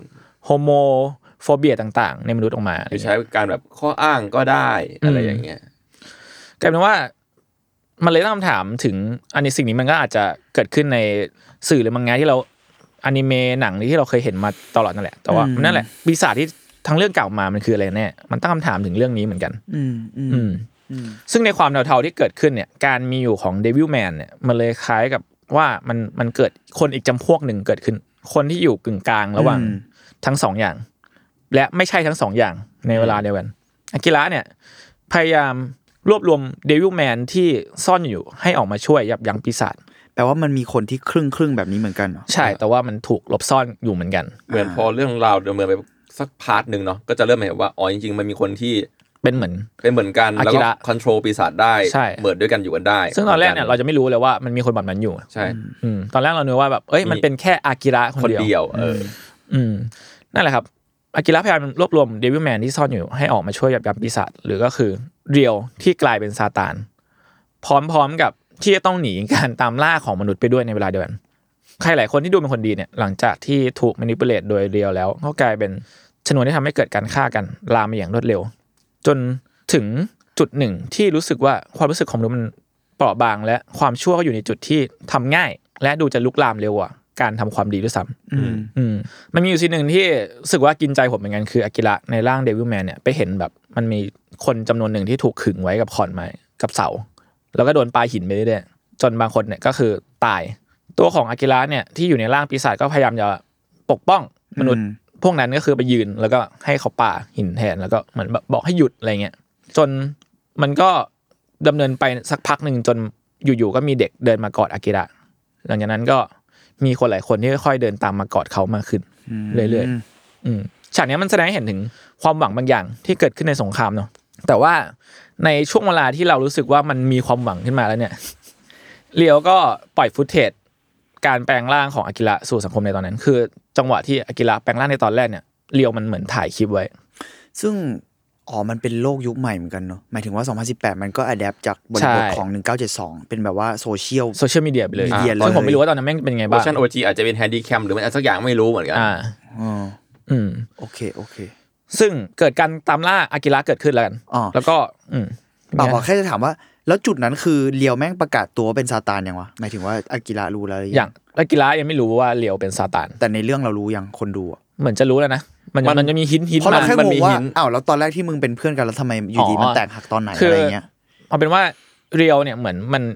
homophobia ต่างๆในมนุษย์ออกมาใช้การแบบข้ออ้างก็ได้อะไรอย่างเงี้ยกลายเป็นว่ามันเลยตั้งคำถามถึงอันนี้สิ่งนี้มันก็อาจจะเกิดขึ้นในสื่อหรือมังงะที่เราอนิเมะหนังที่เราเคยเห็นมาตลอดนั่นแหละแต่ว่านั่นแหละปีศาจที่ทั้งเรื่องเก่ามามันคืออะไรแน่มันตั้งคำถามถึงเรื่องนี้เหมือนกันซึ่งในความเทาๆที่เกิดขึ้นเนี่ยการมีอยู่ของ Devilman เนี่ยมันเลยคล้ายกับว่ามันเกิดคนอีกจำพวกหนึ่งเกิดขึ้นคนที่อยู่กึ่งกลางระหว่างทั้งสองอย่างและไม่ใช่ทั้งสองอย่างในเวลาเดียวกันอากิระเนี่ยพยายามรวบรวม Devilman ที่ซ่อนอยู่ให้ออกมาช่วยยับยั้งปีศาจแปลว่ามันมีคนที่ครึ่งแบบนี้เหมือนกันใช่แต่ว่ามันถูกหลบซ่อนอยู่เหมือนกันเหมือนพอเรื่องราวดำเนินไปสักพาร์ทนึงเนาะก็จะเริ่มเห็นว่าอ๋อจริงๆมันมีคนที่เป็นเหมือนกันแล้วก็คอนโทรลปีศาจได้เหมือนด้วยกันอยู่กันได้ซึ่งตอนแรกเนี่ยเราจะไม่รู้เลยว่ามันมีคนแบบนั้นอยู่ใช่ตอนแรกเรานึกว่าแบบมันเป็นแค่อากิระคนเดียวนั่นแหละครับอากิระพยายามรวบรวม Devilman ที่ซ่อนอยู่ให้ออกมาช่วยยับยั้งปีศาจหรือก็คือเรียวที่กลายเป็นซาตานพร้อมกับที่จะต้องหนีการตามล่าของมนุษย์ไปด้วยในเวลาเดียวกันใครหลายคนที่ดูเป็นคนดีเนี่ยหลังจากที่ถูก manipulate โดยเรียวแล้วก็กลายเป็นชนวนที่ทำให้เกิดการฆ่ากันลามไปอย่างรวดเร็วจนถึงจุดหนึ่งที่รู้สึกว่าความรู้สึกของมนุษย์มันเปราะบางและความชั่วก็อยู่ในจุดที่ทำง่ายและดูจะลุกลามเร็วกว่าการทำความดีด้วยซ้ำมันมีอยู่ซีนหนึ่งที่รู้สึกว่ากินใจผมเหมือนกันคืออากิระในร่าง Devilman เนี่ยไปเห็นแบบมันมีคนจำนวนหนึ่งที่ถูกขึงไว้กับขอนไม้กับเสาแล้วก็โดนปาหินไปเรื่อยๆจนบางคนเนี่ยก็คือตายตัวของอากิระเนี่ยที่อยู่ในร่างปีศาจก็พยายามจะปกป้องมนุษย์พวกนั้นก็คือไปยืนแล้วก็ให้เขาปาหินแทนแล้วก็เหมือนบอกให้หยุดอะไรเงี้ยจนมันก็ดำเนินไปสักพักนึงจนอยู่ๆก็มีเด็กเดินมากอดอากิระหลังจากนั้นก็มีคนหลายคนที่ค่อยๆเดินตามมากอดเขามากขึ้นเรื่อยๆฉากนี้มันแสดงให้เห็นถึงความหวังบางอย่างที่เกิดขึ้นในสงครามเนาะแต่ว่าในช่วงเวลาที่เรารู้สึกว่ามันมีความหวังขึ้นมาแล้วเนี่ยเรียวก็ปล่อยฟุตเทจการแปลงร่างของอากิระสู่สังคมในตอนนั้นคือจังหวะที่อากิระแปลงร่างในตอนแรกเนี่ยเรียวมันเหมือนถ่ายคลิปไว้ซึ่งมันเป็นโลกยุคใหม่เหมือนกันเนาะหมายถึงว่า2018มันก็อะแดปจากบริบทของ1972เป็นแบบว่าโซเชียลมีเดียไปเลยซึ่งผมไม่รู้ว่าตอนนั้นแม่งเป็นไงบ้างเวอร์ชัน OG อาจจะเป็นแฮนดี้แคมหรือมันสักอย่างไม่รู้เหมือนกันโอเคซึ่งเกิดการตามล่าอากิระเกิดขึ้นแล้วกันแล้วก็บอกแค่จะถามว่าแล้วจุดนั้นคือเลียวแม่งประกาศตัวเป็นซาตานยังวะหมายถึงว่าอากิระรู้แล้วอย่างอากิระยังไม่รู้ว่าเลียวเป็นซาตานแต่ในเรื่องเรารู้ยังคนดูเหมือนจะรู้แล้วนะมันจะมีหินเพราะเราแค่งงว่าอ้าวแล้วตอนแรกที่มึงเป็นเพื่อนกันแล้วทำไมอยู่ดีมันแตกหักตอนไหนอะไรเงี้ยเอาเป็นว่าเรียวเนี่ยเหมือนมัน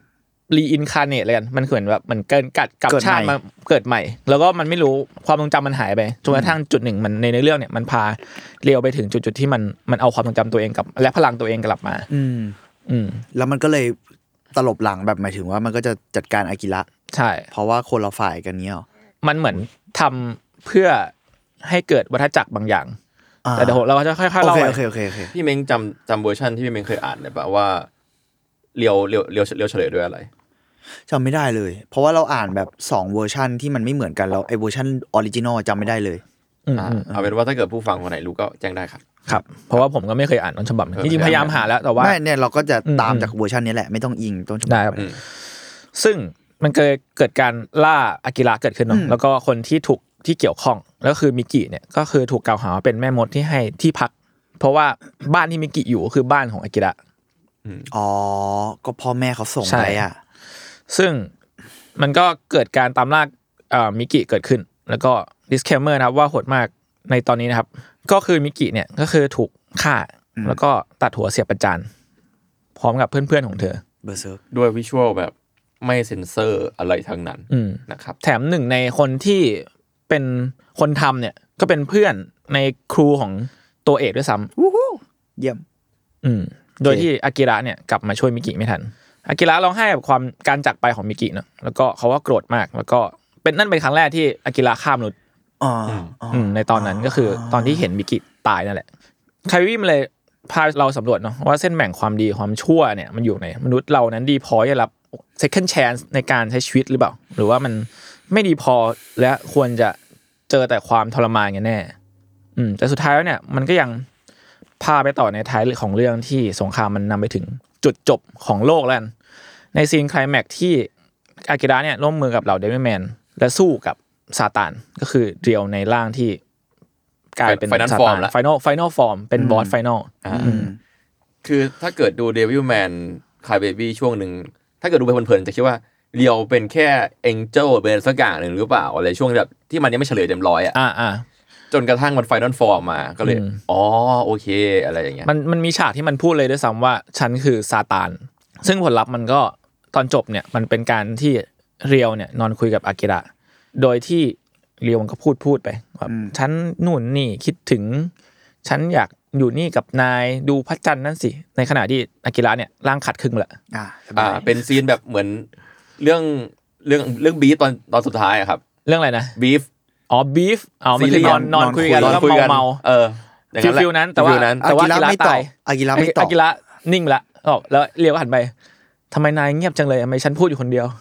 รีอินคาเนตเลยกันมันเหมือนแบบมันเกินกับชาติมาเกิดใหม่แล้วก็มันไม่รู้ความทรงจำมันหายไปจนกระทั่งจุดหนึ่งมันในเรื่องเนี่ยมันพาเรียวไปถึงจุดที่มันเอาความทรงจำตัวเองกับและพลังตัวเองกลับมาแล้วมันก็เลยตลบหลังแบบหมายถึงว่ามันก็จะจัดการอากิระใช่เพราะว่าคนละฝ่ายกันเนี้ยมันเหมือนทำเพื่อให้เกิดวัฏจักรบางอย่างแต่เดี๋ยวเราจะค่อยๆเล่าโอเคพี่เม้งจำเวอร์ชันที่พี่เม้งเคยอ่านได้ป่ะว่าเรียวเฉลยด้วยอะไรจำไม่ได้เลยเพราะว่าเราอ่านแบบ2เวอร์ชันที่มันไม่เหมือนกันแล้วไอ้เวอร์ชันออริจินอลจำไม่ได้เลยเอาเป็นว่าถ้าเกิดผู้ฟังคนไหนรู้ก็แจ้งได้ครับครับเพราะว่าผมก็ไม่เคยอ่านต้นฉบับจริงๆพยายามหาแล้วแต่ว่าไม่เนี่ยเราก็จะตามจากเวอร์ชันนี้แหละไม่ต้องอิงต้นฉบับได้ครับซึ่งมันเกิดการล่าอากิระเกิดขึ้นเนาะแล้วก็คนที่เกี่ยวข้องแล้วคือมิกิเนี่ยก็คือถูกกล่าวหาว่าเป็นแม่มดที่ให้ที่พักเพราะว่าบ้านที่มิกิอยู่คือบ้านของอากิระอ๋อก็พ่อแม่เขาส่งไปอ่ะซึ่งมันก็เกิดการตามล่ามิกิเกิดขึ้นแล้วก็ disclaimer นะครับว่าโหดมากในตอนนี้นะครับก็คือมิกิเนี่ยก็คือถูกฆ่าแล้วก็ตัดหัวเสียบประจานพร้อมกับเพื่อนๆของเธอเบอร์เซิร์กด้วยวิชวลแบบไม่เซ็นเซอร์อะไรทั้งนั้นนะครับแถมหนึ่งในคนที่เป็นคนทำเนี่ยก็เป็นเพื่อนในครูของตัวเอกด้วยซ้ำเยี่ยมโดยที่อากิระเนี่ยกลับมาช่วยมิกิไม่ทันอากิระร้องไห้กับความการจากไปของมิกิเนาะแล้วก็เขาว่าโกรธมากแล้วก็นั่นเป็นครั้งแรกที่อากิระฆ่ามนุษย์ในตอนนั้นก็คือตอนที่เห็นมิกิตายนั่นแหละไควิมเลยพาเราสำรวจเนาะว่าเส้นแบ่งความดีความชั่วเนี่ยมันอยู่ไหนมนุษย์เรานั้นดีพอจะรับ second chance ในการใช้ชีวิตหรือเปล่าหรือว่ามันไม่ดีพอและควรจะเจอแต่ความทรมานกันแน่แต่สุดท้ายแล้วเนี่ยมันก็ยังพาไปต่อในท้ายของเรื่องที่สงครามมันนำไปถึงจุดจบของโลกแล้วในซีนไคลแม็กซ์ที่อากิระเนี่ยร่วมมือกับเหล่าเดวิลแมนและสู้กับซาตานก็คือเรียวในร่างที่กลายเป็นซาตานไฟนอลฟอร์มเป็นบอสไฟนอลคือถ้าเกิดดูเดวิลแมนคายเบบี้ช่วงนึงถ้าเกิดดูไปเพลินๆจะคิดว่าเรียวเป็นแค่เอ็นเจิลเป็นสักอย่างนึงหรือเปล่าอะไรช่วงแบบที่มันยังไม่เฉลยเต็มร้อยจนกระทั่งมันไฟนอลฟอร์มมาก็เลยโอเคอะไรอย่างเงี้ยมันมีฉากที่มันพูดเลยด้วยซ้ำว่าฉันคือซาตานซึ่งผลลัพธ์มันก็ตอนจบเนี่ยมันเป็นการที่เรียวเนี่ยนอนคุยกับอากิระโดยที่เรียวมันก็พูดไปว่าฉันนู่นนี่คิดถึงฉันอยากอยู่นี่กับนายดูพระจันทร์นั่นสิในขณะที่อากิระเนี่ยร่างขัดครึ่งละเป็นซีนแบบเหมือนเรื่องบีฟตอนสุดท้ายครับเรื่องอะไรนะบีฟบีฟมันคือนอนคุยกันแล้วก็เมาฟิลนั้นแต่ว่าอากิระไม่ตายอากิระไม่ตอบอากิระนิ่งละแล้วเรียวก็หันไปทำไมนายเงียบจังเลยทำไมฉันพูดอยู่คนเดียว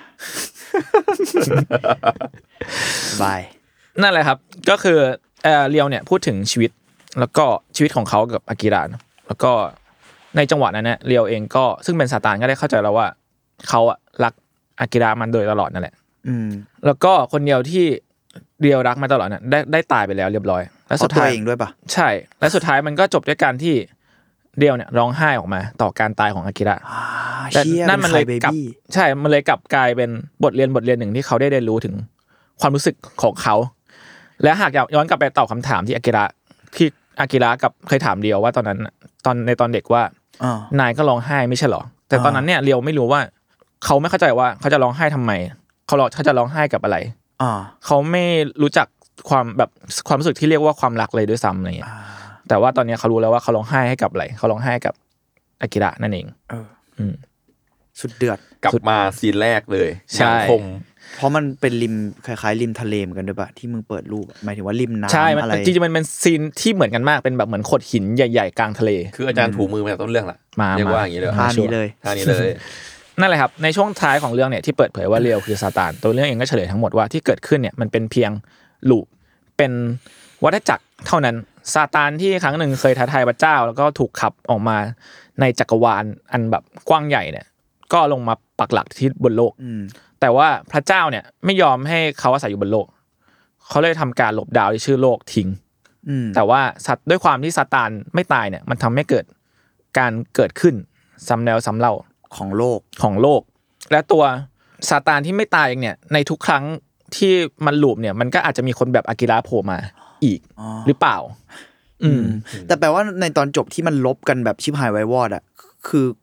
บายนั่นแหละครับก็คือเรียวเนี่ยพูดถึงชีวิตแล้วก็ชีวิตของเขากับอากิระแล้วก็ในจังหวะนั้นเนี่ยเรียวเองก็ซึ่งเป็นซาตานก็ได้เข้าใจแล้วว่าเขาอะรักอากิระมันโดยตลอดนั่นแหละแล้วก็คนเดียวที่เรียวรักมาตลอดน่ะได้ตายไปแล้วเรียบร้อยและสุดท้ายเองด้วยป่ะใช่และสุดท้ายมันก็จบด้วยการที่เรียวเนี่ยร้องไห้ออกมาต่อการตายของอากิระนั่นมันเลยกลับใช่มันเลยกลับกลายเป็นบทเรียนหนึ่งที่เขาได้เรียนรู้ถึงความรู้สึกของเขาและหากย้อนกลับไปตอบคำถามที่อากิระกับเคยถามเรียวว่าตอนนั้นตอนเด็กว่านายก็ร้องไห้ไม่ใช่หรอแต่ตอนนั้นเนี่ยเรียวไม่รู้ว่าเขาไม่เข้าใจว่าเขาจะร้องไห้ทำไมเขาจะร้องไห้กับอะไรเขาไม่รู้จักความรู้สึกที่เรียกว่าความรักเลยด้วยซ้ำอะไรเงี้ยแต่ว่าตอนนี้เขารู้แล้วว่าเขาร้องไห้ให้กับอะไรเขาร้องไห้กับอากิระนั่นเองสุดเดือดกลับมาซีนแรกเลยอย่างคมเพราะมันเป็นริมคล้ายๆริมทะเลเหมือนกันด้วยป่ะที่มึงเปิดรูปหมายถึงว่าริมน้ำใช่จริงๆมันเป็นซีนที่เหมือนกันมากเป็นแบบเหมือนโขดหินใหญ่ๆกลางทะเลคืออาจารย์ถูมือมาจากต้นเรื่องแหละเรียกว่าอย่างนี้เลยท่านี้เลยนั่นแหละครับในช่วงท้ายของเรื่องเนี่ยที่เปิดเผยว่าเรียวคือซาตานตัวเรื่องเองก็เฉลยทั้งหมดว่าที่เกิดขึ้นเนี่ยมันเป็นเพียงลูปเป็นวัฏจักรเท่านั้นซาตานที่ครั้งหนึ่งเคยท้าทายพระเจ้าแล้วก็ถูกขับออกมาในจักรวาลอันแบบกว้างใหญ่เนี่ยก็ลงมาปักหลักที่บนโลกแต่ว่าพระเจ้าเนี่ยไม่ยอมให้เขาอาศัยอยู่บนโลกเขาเลยทำการลบดาวที่ชื่อโลกทิ้งแต่ว่าด้วยความที่ซาตานไม่ตายเนี่ยมันทำให้เกิดการเกิดขึ้นซ้ำแล้วซ้ำเล่าของโลกและตัวซาตานที่ไม่ตายเองเนี่ยในทุกครั้งที่มันลูปเนี่ยมันก็อาจจะมีคนแบบอากิระโผล่มาอีกหรือเปล่าแต่แปลว่าในตอนจบที่มันลบกันแบบชิบหายไววอดอ่ะคือ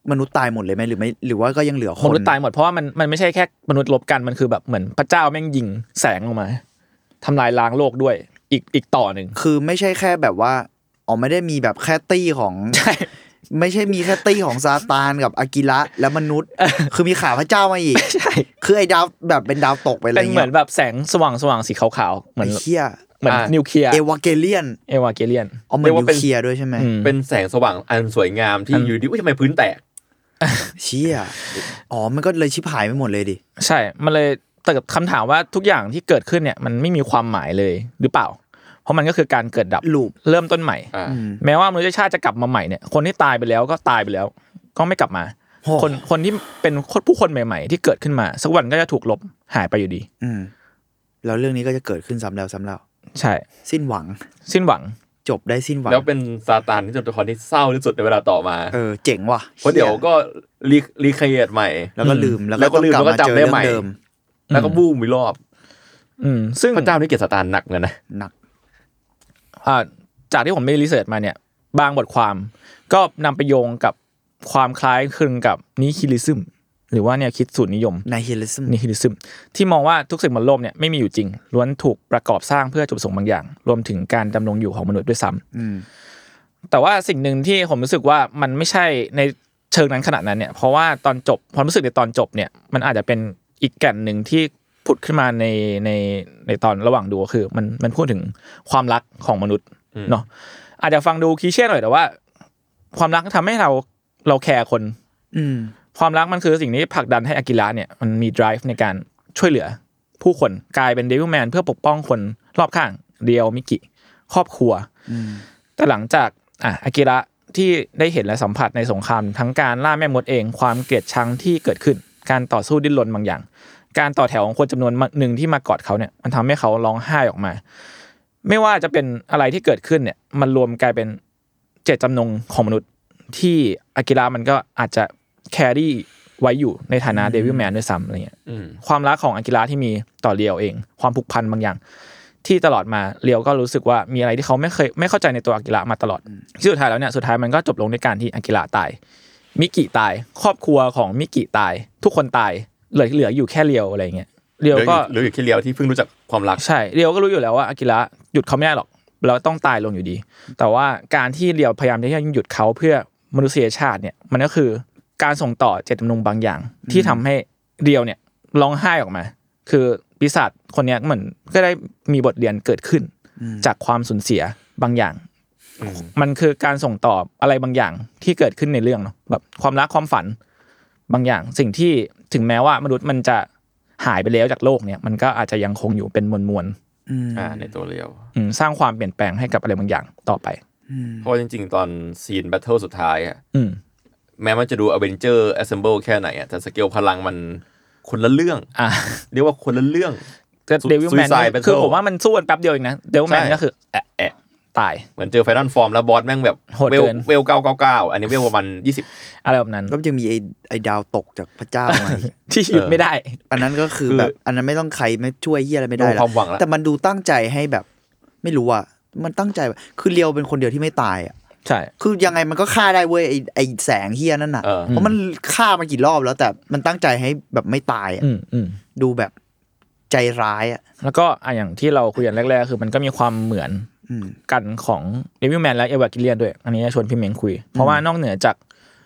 มนุษย์ตายหมดเลยไหมหรือไม่หรือว่าก็ยังเหลือคนมนุษย์ตายหมดเพราะว่ามันไม่ใช่แค่มนุษย์ลบกันมันคือแบบเหมือนพระเจ้าแม่งยิงแสงลงมาทำลายล้างโลกด้วยอีกต่อหนึ่งคือไม่ใช่แค่แบบว่าไม่ได้มีแบบแค่ตี้ของใช่ไม่ใช่มีแค่ตี้ของซาตานกับอากิระแล้วมนุษย์คือมีขาพระเจ้ามาอีกใช่คือไอ้ดาวแบบเป็นดาวตกไปอะไรเงี้ยเป็นเหมือนแบบแสงสว่างสีขาวๆเหมือนเหี้ยเหมือนนิวเคลียร์เอวาเกเลียนเรียกว่าเป็นนิวเคลียร์ด้วยใช่ไหมเป็นแสงสว่างอันสวยงามที่อยู่ดีทำไมพื้นแตกเชี่ยมันก็เลยชิบหายไปหมดเลยดิใช่มันเลยแต่คำถามว่าทุกอย่างที่เกิดขึ้นเนี่ยมันไม่มีความหมายเลยหรือเปล่าเพราะมันก็คือการเกิดดับเริ่มต้นใหม่แม้ว่ามนุษยชาติจะกลับมาใหม่เนี่ยคนที่ตายไปแล้วก็ตายไปแล้วก็ไม่กลับมาคนที่เป็นผู้คนใหม่ๆที่เกิดขึ้นมาสักวันก็จะถูกลบหายไปอยู่ดีแล้วเรื่องนี้ก็จะเกิดขึ้นซ้ำแล้วซ้ำเล่าใช่สิ้นหวังจบได้สิ้นหวังแล้วเป็นซาตานที่เป็นตัวละครที่เศร้าที่สุดในเวลาต่อมาเจ๋งว่ะเพราะเดี๋ยวก็รีครีเอทใหม่แล้วก็ลืมแล้วก็กลับมาเจอเรื่องเดิมแล้วก็บูมอีกรอบซึ่งพระเจ้านี่เกลียดซาตานหนักเหมือนกันนะหนักจากที่ผมไปรีเสิร์ชมาเนี่ยบางบทความก็นำไปโยงกับความคล้ายคลึงกับนิฮิลิซึมหรือว่าแนวคิดสูตรนิยมนิฮิลิซึมที่มองว่าทุกสิ่งบนโลกเนี่ยไม่มีอยู่จริงล้วนถูกประกอบสร้างเพื่อจุดประสงค์บางอย่างรวมถึงการดำรงอยู่ของมนุษย์ด้วยซ้ำแต่ว่าสิ่งหนึ่งที่ผมรู้สึกว่ามันไม่ใช่ในเชิงนั้นขนาดนั้นเนี่ยเพราะว่าตอนจบความรู้สึกในตอนจบเนี่ยมันอาจจะเป็นอีกแก่นหนึ่งที่ผุดขึ้นมาในตอนระหว่างดูก็คือมันพูดถึงความรักของมนุษย์เนาะอาจจะฟังดูคลีเช่หน่อยแต่ว่าความรักทำให้เราแคร์คนความรักมันคือสิ่งที่ผลักดันให้อากิระเนี่ยมันมี drive ในการช่วยเหลือผู้คนกลายเป็นเดวิลแมนเพื่อปกป้องคนรอบข้างเรียวมิกิครอบครัวแต่หลังจากอากิระที่ได้เห็นและสัมผัสในสงครามทั้งการล่าแม่มดเองความเกลียดชังที่เกิดขึ้นการต่อสู้ดิ้นรนบางอย่างการต่อแถวของคนจำนวนหนึ่งที่มากอดเขาเนี่ยมันทำให้เขาร้องไห้ออกมาไม่ว่าจะเป็นอะไรที่เกิดขึ้นเนี่ยมันรวมกลายเป็นเจตจำนงของมนุษย์ที่อากิระมันก็อาจจะแครี่ไว้อยู่ในฐานะเดวิลแมนด้วยซ้ำอะไรเงี้ยความรักของอากิระที่มีต่อเรียวเองความผูกพันบางอย่างที่ตลอดมาเรียวก็รู้สึกว่ามีอะไรที่เขาไม่เข้าใจในตัวอากิระมาตลอดที่สุดท้ายแล้วเนี่ยสุดท้ายมันก็จบลงด้วยการที่อากิระตายมิกิตายครอบครัวของมิกิตายทุกคนตายเหลืออยู่แค่เรียวอะไรเงี้ยเรียวก็เหลืออยู่แค่เรียวที่เพิ่งรู้จักความรักใช่เรียวก็รู้อยู่แล้วว่าอากิระหยุดเขาไม่ได้หรอกแล้วต้องตายลงอยู่ดีแต่ว่าการที่เรียวพยายามที่จะหยุดเขาเพื่อมนุษยชาติเนี่ยมันก็คือการส่งต่อเจตจำนงบางอย่างที่ทำให้เรียวเนี่ยร้องไห้ออกมาคือปีศาจคนนี้เหมือนก็ได้มีบทเรียนเกิดขึ้นจากความสูญเสียบางอย่างมันคือการส่งต่ออะไรบางอย่างที่เกิดขึ้นในเรื่องเนาะแบบความรักความฝันบางอย่างสิ่งที่ถึงแม้ว่ามนุษย์มันจะหายไปแล้วจากโลกเนี่ยมันก็อาจจะยังคงอยู่เป็นมวลในตัวเรียวสร้างความเปลี่ยนแปลงให้กับอะไรบางอย่างต่อไปเพราะจริงๆตอนซีนแบทเทิลสุดท้ายอ่ะแม้มันจะดูอเวนเจอร์แอสเซมเบิลแค่ไหนอ่ะแต่สเกลพลังมันคนละเรื่องเรียกว่าคนละเรื่องแต่เดวิลแมนคือผมว่ามันสู้กันแป๊บเดียวเองนะเดวิลแมนก็คือตายเหมือนเจอไฟนอลฟอร์มแล้วบอสแม่งแบบเวล999อันนี้เวลประมาณ20 อะไรแบบนั้นก็จะมีไอ้ดาวตกจากพระเจ้ามาที่หยุดไม่ได้อันนั้นก็คือแบบอันนั้นไม่ต้องใครไม่ช่วยเหี้ยอะไรไม่ได้แล้วแต่มันดูตั้งใจให้แบบไม่รู้อ่ะมันตั้งใจคือเลียวเป็นคนเดียวที่ไม่ตายอ่ะใช่คือยังไงมันก็ฆ่าได้เว้ยไอ้แสงเหี้ยนั่นน่ะเพราะมันฆ่ามากี่รอบแล้วแต่มันตั้งใจให้แบบไม่ตายอ่ะดูแบบใจร้ายอ่ะแล้วก็อย่างที่เราคุยกันแรกๆคือมันก็มีความเหมือนกันของเดวิลแมนและเอวากิเลียนด้วยอันนี้ชวนพี่เม้งคุยเพราะว่านอกเหนือจาก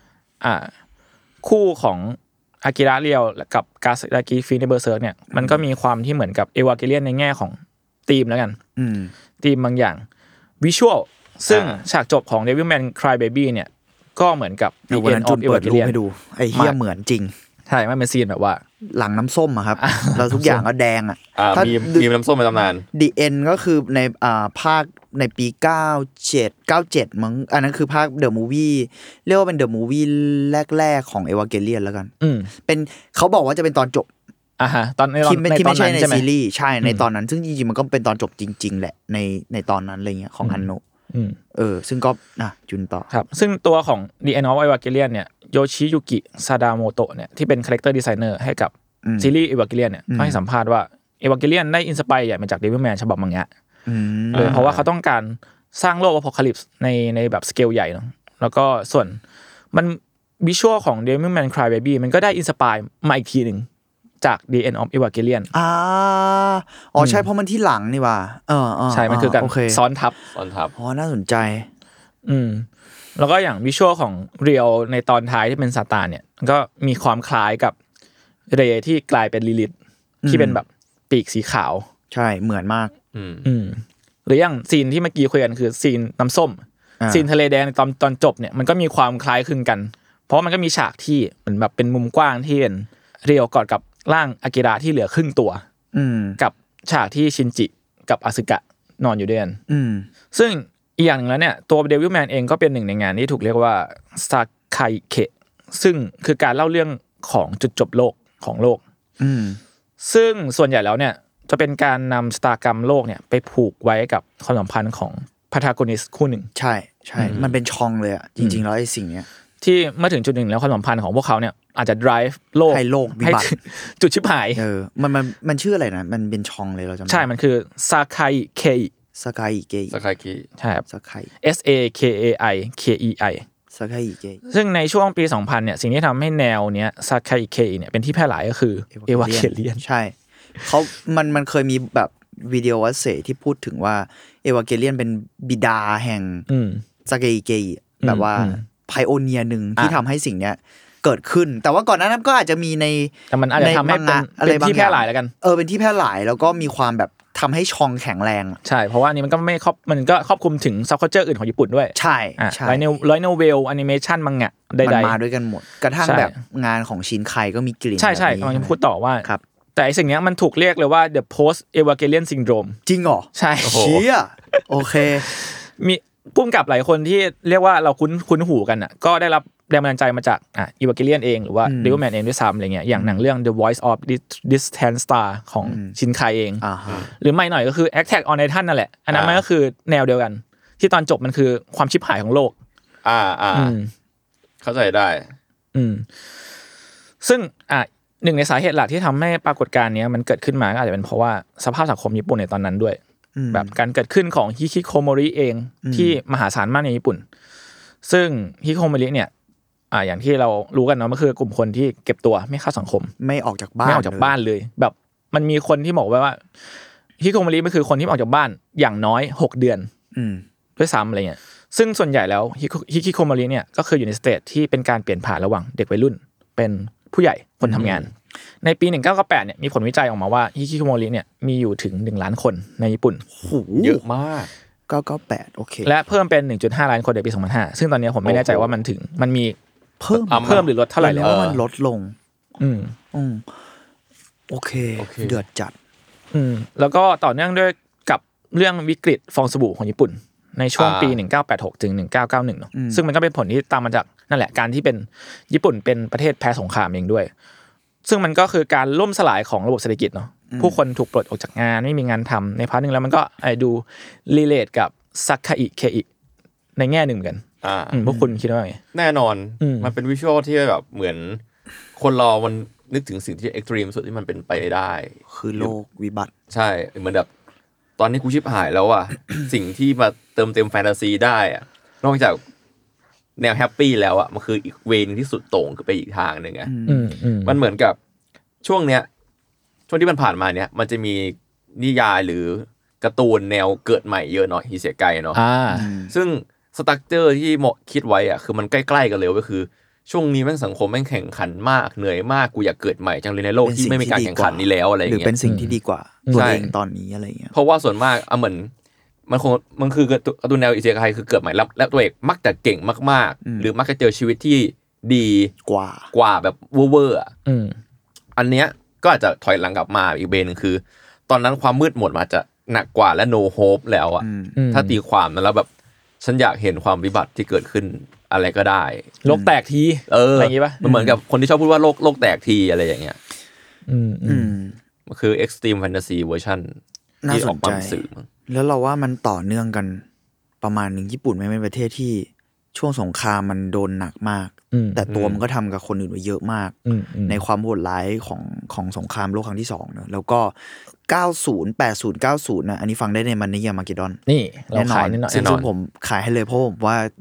คู่ของอากิระเรียวกับกาซากิฟินในเบอร์เซิร์กเนี่ยมันก็มีความที่เหมือนกับเอวากิเลียนในแง่ของธีมแล้วกันธีมบางอย่างวิชวลซึ่งฉากจบของ Devilman Crybaby เนี่ยก็เหมือนกับ The End of Evangelion ให้ดูไอ้เหี้ยเหมือนจริงใช่มันเป็นซีนแบบว่าหลังน้ำส้มอะครับเราทุกอย่างก็แดงอะถ้ามีน้ำส้มในตำนาน The End ก็คือในภาคในปี97มั้งอันนั้นคือภาค The Movie เรียกว่าเป็น The Movie แรกๆของ Evangelion แล้วกันเป็นเขาบอกว่าจะเป็นตอนจบตอนที่ไม่ใช่ในซีรีส์ใช่ในตอนนั้นซึ่งจริงๆมันก็เป็นตอนจบจริงๆแหละในตอนนั้นอะไรเงี้ยของฮันโนะซึ่งก็จุนต่อครับซึ่งตัวของ The End of Evangelion เนี่ยโยชิยุกิซาดาโมโตะเนี่ยที่เป็นคาแรคเตอร์ดีไซเนอร์ให้กับซีรีส์ Evangelion เนี่ยก็ให้สัมภาษณ์ว่า Evangelion ได้อินสไปร์มาจาก Devilman ฉบับมังงะเลยเพราะว่าเขาต้องการสร้างโลกอพอลิปส์ในแบบสเกลใหญ่เนาะแล้วก็ส่วนวิชวลของ Devilman Crybaby มันก็ได้อินสปายมาอีกทีนึงจาก The End of Evangelion ใช่เพราะมันที่หลังนี่ว่าใช่มันคือการซ้อนทับน่าสนใจแล้วก็อย่างวิชวลของเรียวในตอนท้ายที่เป็นซาตานเนี่ยก็มีความคล้ายกับเรที่กลายเป็นลิลิธที่เป็นแบบปีกสีขาวใช่เหมือนมากหรืออย่างซีนที่เมื่อกี้คุยกันคือซีนน้ำส้มซีนทะเลแดงตอนจบเนี่ยมันก็มีความคล้ายคลึงกันเพราะมันก็มีฉากที่เหมือนแบบเป็นมุมกว้างที่เป็นเรียวกอดกับร่างอากิระที่เหลือครึ่งตัวกับฉากที่ชินจิกับอาซึกะนอนอยู่ด้วยกันซึ่งอีกอย่างนึงแล้วเนี่ยตัว Devilman เองก็เป็นหนึ่งในงานที่ถูกเรียกว่าซาไคเคะซึ่งคือการเล่าเรื่องของจุดจบโลกของโลกซึ่งส่วนใหญ่แล้วเนี่ยจะเป็นการนำชะตากรรมโลกเนี่ยไปผูกไว้กับความสัมพันธ์ของพาทากอนิสต์คู่หนึ่งใช่มันเป็นช่องเลยอ่ะจริงๆแล้วไอ้สิ่งเนี้ยที่เมื่อถึงจุดหนึ่งแล้วความสัมพันธ์ของพวกเขาเนี่ยอาจจะ drive โลกให้โลกวิบัติจุดชิบหายมันชื่ออะไรนะมันเป็นช่องเลยเราจำใช่มันคือซาไคเคซาไคเกะใช่ครับซาไค SAKAI KEI ซาไคเกะซึ่งในช่วงปี 2000 เนี่ยสิ่งที่ทำให้แนวเนี้ยซาไคเคเนี่ยเป็นที่แพร่หลายก็คือเอวาเกเลียนใช่มันเคยมีแบบวิดีโอวัสเซที่พูดถึงว่าเอวาเกเลียนเป็นบิดาแห่งซาไคเกะแบบว่าไพโอเนียร์นึงที่ทำให้สิ่งเนี้ยเกิดขึ้นแต่ว่าก่อนหน้านั้นก็อาจจะมีแต่มันอาจจะทำให้เป็นที่แพร่หลายแล้วกันเป็นที่แพร่หลายแล้วก็มีความแบบทำให้ช่องแข็งแรงใช่เพราะว่านี่มันก็ไม่มันก็ครอบคลุมถึงซับคัลเจอร์อื่นของญี่ปุ่นด้วยใช่ไลท์โนเวลแอนิเมชันมังงะใดๆมันมาด้วยกันหมดกระทั่งแบบงานของชินไคก็มีกลิ่นใช่ๆกำลังจะพูดต่อว่าแต่สิ่งนี้มันถูกเรียกเลยว่า the post Evangelion syndrome จริงเหรอใช่เชี่ยโอเคมีพุ่มกับหลายคนที่เรียกว่าเราคุ้นหูกันอ่ะก็ได้รับแรงบันดาลใจมาจากEvangelion เองหรือว่า Devilman เองด้วยซ้ำอะไรเงี้ยอย่างหนังเรื่อง The Voice of Distant Star ของชินไคเองหรือไม่หน่อยก็คือ Attack on Titan นั่นแหละอันนั้นมันก็คือแนวเดียวกันที่ตอนจบมันคือความชิบหายของโลกเข้าใจได้ซึ่งหนึ่งในสาเหตุหลักที่ทำให้ปรากฏการณ์นี้มันเกิดขึ้นมาก็อาจจะเป็นเพราะว่าสภาพสังคมญี่ปุ่นในตอนนั้นด้วยแบบการเกิดขึ้นของฮิคิโคโมริเองที่มหาศาลมากในญี่ปุ่นซึ่งฮิคิโคโมริเนี่ยอย่างที่เรารู้กันเนาะมันคือกลุ่มคนที่เก็บตัวไม่เข้าสังคมไม่ออกจากบ้านเลยแบบมันมีคนที่บอกว่าฮิคิโคโมริมันคือคนที่ออกจากบ้านอย่างน้อย6เดือนด้วยซ้ำอะไรเงี้ยซึ่งส่วนใหญ่แล้วฮิคิโคโมริเนี่ยก็คืออยู่ในสเตจที่เป็นการเปลี่ยนผ่านระหว่างเด็กวัยรุ่นเป็นผู้ใหญ่คนทำงานในปี1998เนี่ยมีผลวิจัยออกมาว่าฮิคิโคโมริเนี่ยมีอยู่ถึง1ล้านคนในญี่ปุ่นเยอะมาก 998โอเคและเพิ่มเป็น 1.5 ล้านคนในปี2005ซึ่งตอนนี้ผมไม่แน่ใจว่ามันมีเพิ่มหรือลดเท่าไหร่แล้วมันลดลงโอเคเดือดจัดแล้วก็ต่อเนื่องด้วยกับเรื่องวิกฤตฟองสบู่ของญี่ปุ่นในช่วงปี1986ถึง1991เนาะซึ่งมันก็เป็นผลที่ตามมาจากนั่นแหละการที่เป็นญี่ปุ่นเป็นประเทศแพ้สงครามเองด้วยซึ่งมันก็คือการล่มสลายของระบบเศรษฐกิจเนาะผู้คนถูกปลดออกจากงานไม่มีงานทำในพาร์ทนึงแล้วมันก็ดูรีเลทกับซักคาอิเคอิในแง่หนึ่งเหมือนกันพวกคุณคิดว่าไงแน่นอนมันเป็นวิชวลที่แบบเหมือนคนเรามันนึกถึงสิ่งที่เอ็กซ์ตรีมสุดที่มันเป็นไปได้คือโลกวิบัติใช่เหมือนแบบตอนนี้กูชิบหายแล้วอ่ะ สิ่งที่มาเติมเต็มแฟนตาซีได้อ่ะนอกจากแนวแฮปปี้แล้วอ่ะมันคืออีกเวนึงที่สุดโต่งคือไปอีกทางนึงอ่ะมันเหมือนกับช่วงที่มันผ่านมาเนี่ยมันจะมีนิยายหรือการ์ตูนแนวเกิดใหม่เยอะหน่อยฮิเซไกเนาะซึ่งสตรัคเจอร์ที่เหมาะคิดไว้อ่ะคือมันใกล้ๆกันเลยก็คือช่วงนี้แม่งสังคมแม่งแข่งขันมากเหนื่อยมากกูอยากเกิดใหม่จังเลยในโลกที่ไม่มีการแข่งขันนี้แล้วอะไรอย่างเงี้ยหรือเป็นสิ่งที่ดีกว่าตัวเองตอนนี้อะไรอย่างเงี้ยเพราะว่าส่วนมากเหมือนมันคือการ์ตูนแนวอิเซไกคือเกิดใหม่แล้วตัวเอกมักจะเก่งมากๆหรือมักจะเจอชีวิตที่ดีกว่าแบบเวอร์อันเนี้ยก็อาจจะถอยหลังกลับมาอีกเบนนึงคือตอนนั้นความมืดมนมาจะหนักกว่าและ no hope แล้วอ่ะถ้าตีความนั้นแล้วแบบฉันอยากเห็นความวิบัติที่เกิดขึ้นอะไรก็ได้โลกแตกทีอะไรอย่างงี้ป่ะมันเหมือนกับคนที่ชอบพูดว่าโลกแตกทีอะไรอย่างเงี้ยมันคือ extreme fantasy version ที่ออกมาสื่อแล้วเราว่ามันต่อเนื่องกันประมาณนึงญี่ปุ่นไม่เป็นประเทศที่ช่วงสงครามมันโดนหนักมากแต่ตัวมันก็ทำกับคนอื่นไว้เยอะมากในความโหดร้ายของสงครามโลกครั้งที่2เนอะแล้วก็90 80 90นะอันนี้ฟังได้ในมันนิยามาเกดอนนี่เราขายนิดหน่อยซึ่งผมขายให้เลยเพราะผมว่าแบบ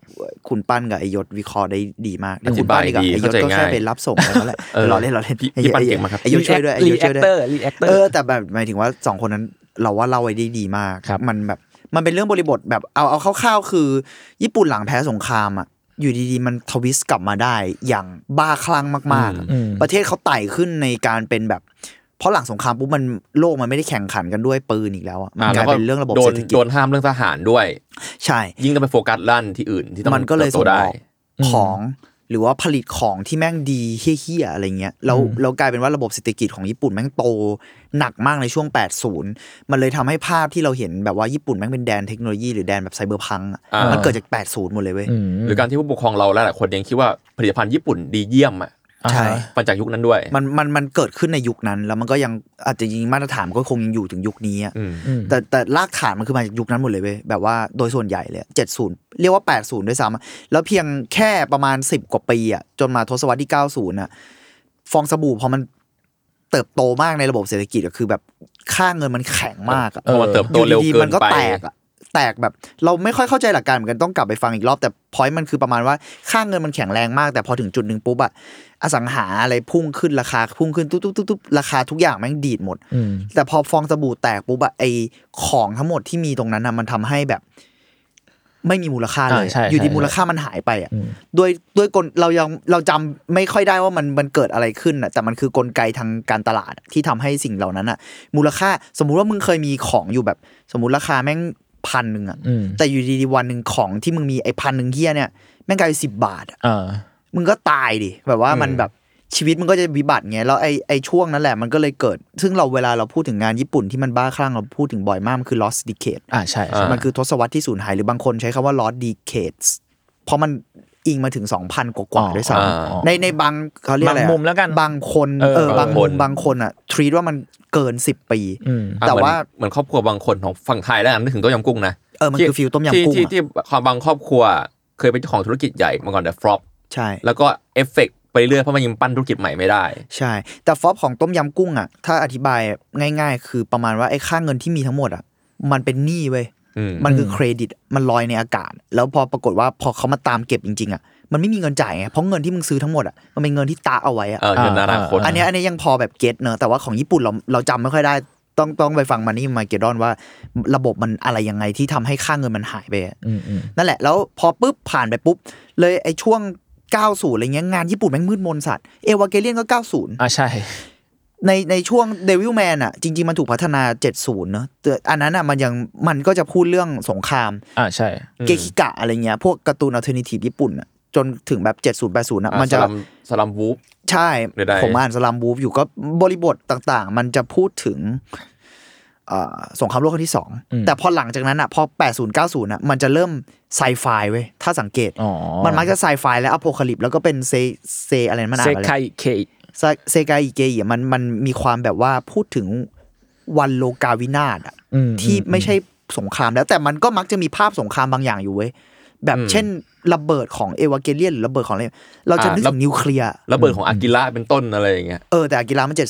คุณปั้นกับไอยศวิเคราะห์ได้ดีมากแล้วคุณปั้นกับไอยศก็แค่ไปรับส่งแล้วแหละเราเล่นพี่ปั้นเก่งมากครับไอยศช่วยด้วยไอยศช่วยด้วยแต่แบบหมายถึงว่า2คนนั้นเราว่าเล่าไว้ได้ดีมากมันแบบมันเป็นเรื่องบริบทแบบเอาคร่าวๆคือญี่ปุ่นหลังแพ้สงครามอ่ะอยู่ดีๆมันทวิสต์กลับมาได้อย่างบ้าคลั่งมากๆประเทศเขาไต่ขึ้นในการเป็นแบบเพราะหลังสงครามปุ๊บมันโลกมันไม่ได้แข่งขันกันด้วยปืนอีกแล้วอ่ะมันกลายเป็นเรื่องระบบเศรษฐกิจโดนห้ามเรื่องทหารด้วยใช่ยิ่งต้องไปโฟกัสด้านที่อื่นที่ต้องมันก็เลยส่งออกของหรือว่าผลิตของที่แม่งดีเหี้ยๆอะไรเงี้ยแล้วกลายเป็นว่าระบบเศรษฐกิจของญี่ปุ่นแม่งโตหนักมากในช่วง80มันเลยทำให้ภาพที่เราเห็นแบบว่าญี่ปุ่นแม่งเป็นแดนเทคโนโลยีหรือแดนแบบไซเบอร์พังมันเกิดจาก80หมดเลยเว้ยหรือการที่ผู้ปกครองเราหลายๆคนยังคิดว่าผลิตภัณฑ์ญี่ปุ่นดีเยี่ยมอ่ะใช่มาจากยุคนั้นด้วยมันเกิดขึ้นในยุคนั้นแล้วมันก็ยังอาจจะยิงมาตรฐานก็คงยังอยู่ถึงยุคนี้อ่ะแต่รากฐานมันคือมาจากยุคนั้นหมดเลยเว้ยแบบว่าโดยส่วนใหญ่เลย70เรียกว่า80ด้วยซ้ำแล้วเพียงแค่ประมาณ10กว่าปีอ่ะจนมาทศวรรษที่90น่ะฟองสบู่พอมันเติบโตมากในระบบเศรษฐกิจก็คือแบบค่าเงินมันแข็งมากอ่ะมันเติบโตเร็วเกินไปมันก็แตกแบบเราไม่ค่อยเข้าใจหลักการเหมือนกันต้องกลับไปฟังอีกรอบแต่พอยต์มันคือประมาณว่าค่าเงินมันแข็งแรงมากแต่พอถึงจุดนึงปุ๊บอะอสังหาอะไรพุ่งขึ้นราคาพุ่งขึ้นตุ๊บๆๆราคาทุกอย่างแม่งดีดหมดแต่พอฟองสบู่แตกปุ๊บอะไอของทั้งหมดที่มีตรงนั้นน่ะมันทำให้แบบไม่มีมูลค่าเลยอยู่ดีมูลค่ามันหายไปอ่ะด้วยกลเราจำไม่ค่อยได้ว่ามันเกิดอะไรขึ้นอ่ะแต่มันคือกลไกทางการตลาดที่ทำให้สิ่งเหล่านั้นอ่ะมูลค่าสมมุติว่ามึงเคยมีของอยู่แบบสมมุติราคาแม่ง1,000อ่ะแต่อยู่ดีๆวันนึงของที่มึงมีไอ้1,000เหี้ยเนี่ยแม่งกลายเป็น10 บาทมึงก็ตายดิแบบว่ามันแบบชีวิตมันก็จะวิบัติไงแล้วไอ้ช่วงนั้นแหละมันก็เลยเกิดซึ่งเราเวลาเราพูดถึงงานญี่ปุ่นที่มันบ้าคลั่งเราพูดถึงบ่อยมากมันคือ lost decade ใช่มันคือทศวรรษที่สูญหายหรือบางคนใช้คำว่า lost decades เพราะมันอิงมาถึง 2,000 กว่าๆด้วยซ้ำในบางเขาเรียกอะไรบางมุมแล้วกันบางคนบางมุมบางคนอ่ะ treat ว่ามันเกิน10 ปีแต่ว่าเหมือนครอบครัวบางคนของฝั่งไทยแล้วกันนึกถึงต้มยำกุ้งนะมันคือฟิลต้มยำกุ้งที่บางครอบครัวเคยเป็นเจ้าของธุรกิจใหญ่มาก่อนแต่ฟลอปใช่แล้วก็เอฟเฟกต์ไปเรื่อยเพราะมันยังปั้นธุรกิจใหม่ไม่ได้ใช่แต่ฟลอปของต้มยำกุ้งอ่ะถ้าอธิบายง่ายๆคือประมาณว่าไอ้ค่าเงินที่มีทั้งหมดอ่ะมันเป็นหนี้เว้ยมันคือเครดิตมันลอยในอากาศแล้วพอปรากฏว่าพอเขามาตามเก็บจริงๆอ่ะมันไม่มีเงินจ่ายไงเพราะเงินที่มึงซื้อทั้งหมดอ่ะมันเป็นเงินที่ตาเอาไว้อ่ะเงินอนาคตอันนี้ยังพอแบบเก็ตเนอะแต่ว่าของญี่ปุ่นเราจำไม่ค่อยได้ต้องไปฟังมันนี่มาเกดอนว่าระบบมันอะไรยังไงที่ทำให้ค่าเงินมันหายไปนั่นแหละแล้วพอปุ๊บผ่านไปปุ๊บเลยไอ้ช่วง90อะไรเงี้ยงานญี่ปุ่นแม่งมืดมนสัตว์เอวาเกเลียนก็90 ใช่ในช่วง Devilman อ่ะจริงๆมันถูกพัฒนา70เนอะแต่อันนั้นอ่ะมันก็จะพูดเรื่องสงครามใช่เกคิกะอะไรเงี้ยพวกการ์ตูนอัลเทอร์เนทีฟญี่ปุ่นอ่ะจนถึงแบบ70 80น่ะมันจะสลัมวูฟใช่ผมอ่านสลัมวูฟอยู่ก็บริบทต่างๆมันจะพูดถึงสงครามโลกครั้งที่2แต่พอหลังจากนั้นอ่ะพอ80 90น่ะมันจะเริ่มไซไฟเว้ยถ้าสังเกตมันมักจะไซไฟและอโพคาลิปแล้วก็เป็นเซอะไรมันอะไรเซไคเซกาอิเกะมันมีความแบบว่าพูดถึงวันโลกาวินาศอ่ะที่ไม่ใช่สงครามแล้วแต่มันก็มักจะมีภาพสงครามบางอย่างอยู่เว้ยแบบเช่นระเบิดของเอวาเกเลียนหรือระเบิดของอะไรเราจะนึกถึงนิวเคลียร์ระเบิดของอากิระเป็นต้นอะไรอย่างเงี้ยแต่อากิระมัน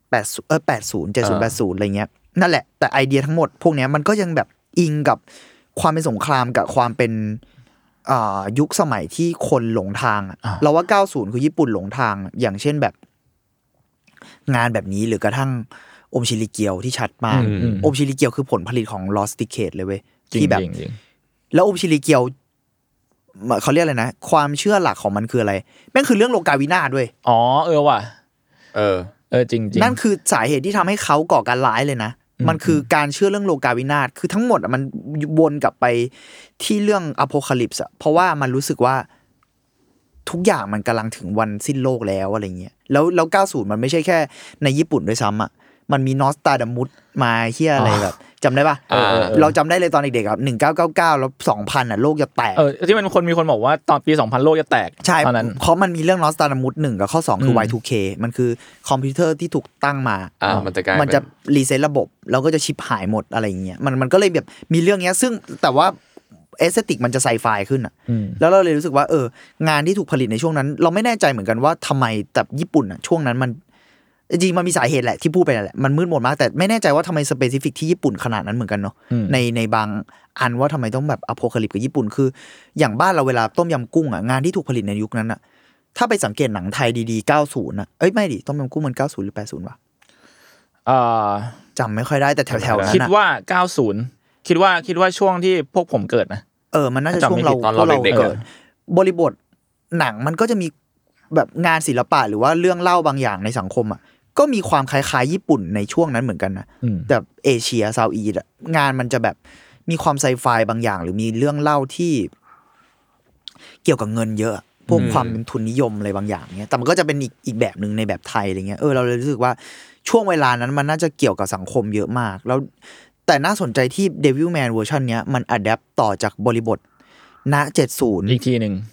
80 80อะไรเงี้ยนั่นแหละแต่ไอเดียทั้งหมดพวกเนี้ยมันก็ยังแบบอิงกับความเป็นสงครามกับความเป็นยุคสมัยที่คนหลงทางเราว่า90คือญี่ปุ่นหลงทางอย่างเช่นแบบงานแบบนี้หรือกระทั่งอมชิริเกียวที่ชัดมากอมชิริเกียวคือผลผลิตของ Lost Decade เลยเว้ยที่แบบแล้วอมชิริเกียวเขาเรียกอะไรนะความเชื่อหลักของมันคืออะไรแม่งคือเรื่องโลกาวินาศด้วยว่ะจริงนั่นคือสาเหตุที่ทำให้เขาก่อการร้ายเลยนะมันคือการเชื่อเรื่องโลกาวินาศคือทั้งหมดมันวนกลับไปที่เรื่องอโพคาลิปส์เพราะว่ามันรู้สึกว่าทุกอย่างมันกำลังถึงวันสิ้นโลกแล้วอะไรเงี้ยแล้ว90มันไม่ใช่แค่ในญี่ปุ่นด้วยซ้ำอ่ะมันมีนอสตาดามุสมาเฮียอะไรแบบจำได้ป่ะเราจำได้เลยตอนเด็กๆครับ1999แล้ว2000อ่ะโลกจะแตกที่มันมีคนบอกว่าตอนปี2000โลกจะแตกตอนนั้นเพราะมันมีเรื่องนอสตาดามุส1กับข้อ2คือ Y2K มันคือคอมพิวเตอร์ที่ถูกตั้งมามันจะรีเซ็ตระบบแล้วก็จะชิปหายหมดอะไรเงี้ยมันก็เลยแบบมีเรื่องเงี้ยซึ่งแต่ว่าเอสเธติกมันจะไซไฟขึ้นอ่ะแล้วเราเลยรู้สึกว่างานที่ถูกผลิตในช่วงนั้นเราไม่แน่ใจเหมือนกันว่าทำไมแต่ญี่ปุ่นอ่ะช่วงนั้นมันจริงมันมีสาเหตุแหละที่พูดไปนั่นแหละมันมืดมนมากแต่ไม่แน่ใจว่าทำไมสเปซิฟิกที่ญี่ปุ่นขนาดนั้นเหมือนกันเนาะในบางอันว่าทำไมต้องแบบอโพคาลิปกับญี่ปุ่นคืออย่างบ้านเราเวลาต้มยำกุ้งอ่ะงานที่ถูกผลิตในยุคนั้นอ่ะถ้าไปสังเกตหนังไทยดีๆ90น่ะไม่ดิต้มยำกุ้งมัน90หรือ80วะจำไม่ค่อยได้แต่แถวๆนั้นคิดว่า90คิดว่าช่วงที่พวกผมเกิดนะมันน่าจะช่วงเราเกิดบริบทหนังมันก็จะมีแบบงานศิลปะหรือว่าเรื่องเล่าบางอย่างในสังคมอ่ะก็มีความคล้ายๆญี่ปุ่นในช่วงนั้นเหมือนกันนะแต่เอเชียเซาท์อีสต์งานมันจะแบบมีความไซไฟบางอย่างหรือมีเรื่องเล่าที่เกี่ยวกับเงินเยอะพวกความเป็นทุนนิยมอะไรบางอย่างเงี้ยแต่มันก็จะเป็นอีกแบบนึงในแบบไทยอะไรเงี้ยเราเลยรู้สึกว่าช่วงเวลานั้นมันน่าจะเกี่ยวกับสังคมเยอะมากแล้วแต่น่าสนใจที่ Devilman เวอร์ชันเนี้ยมันอะแดปต่อจากบริบทณ70 อีกทีนึง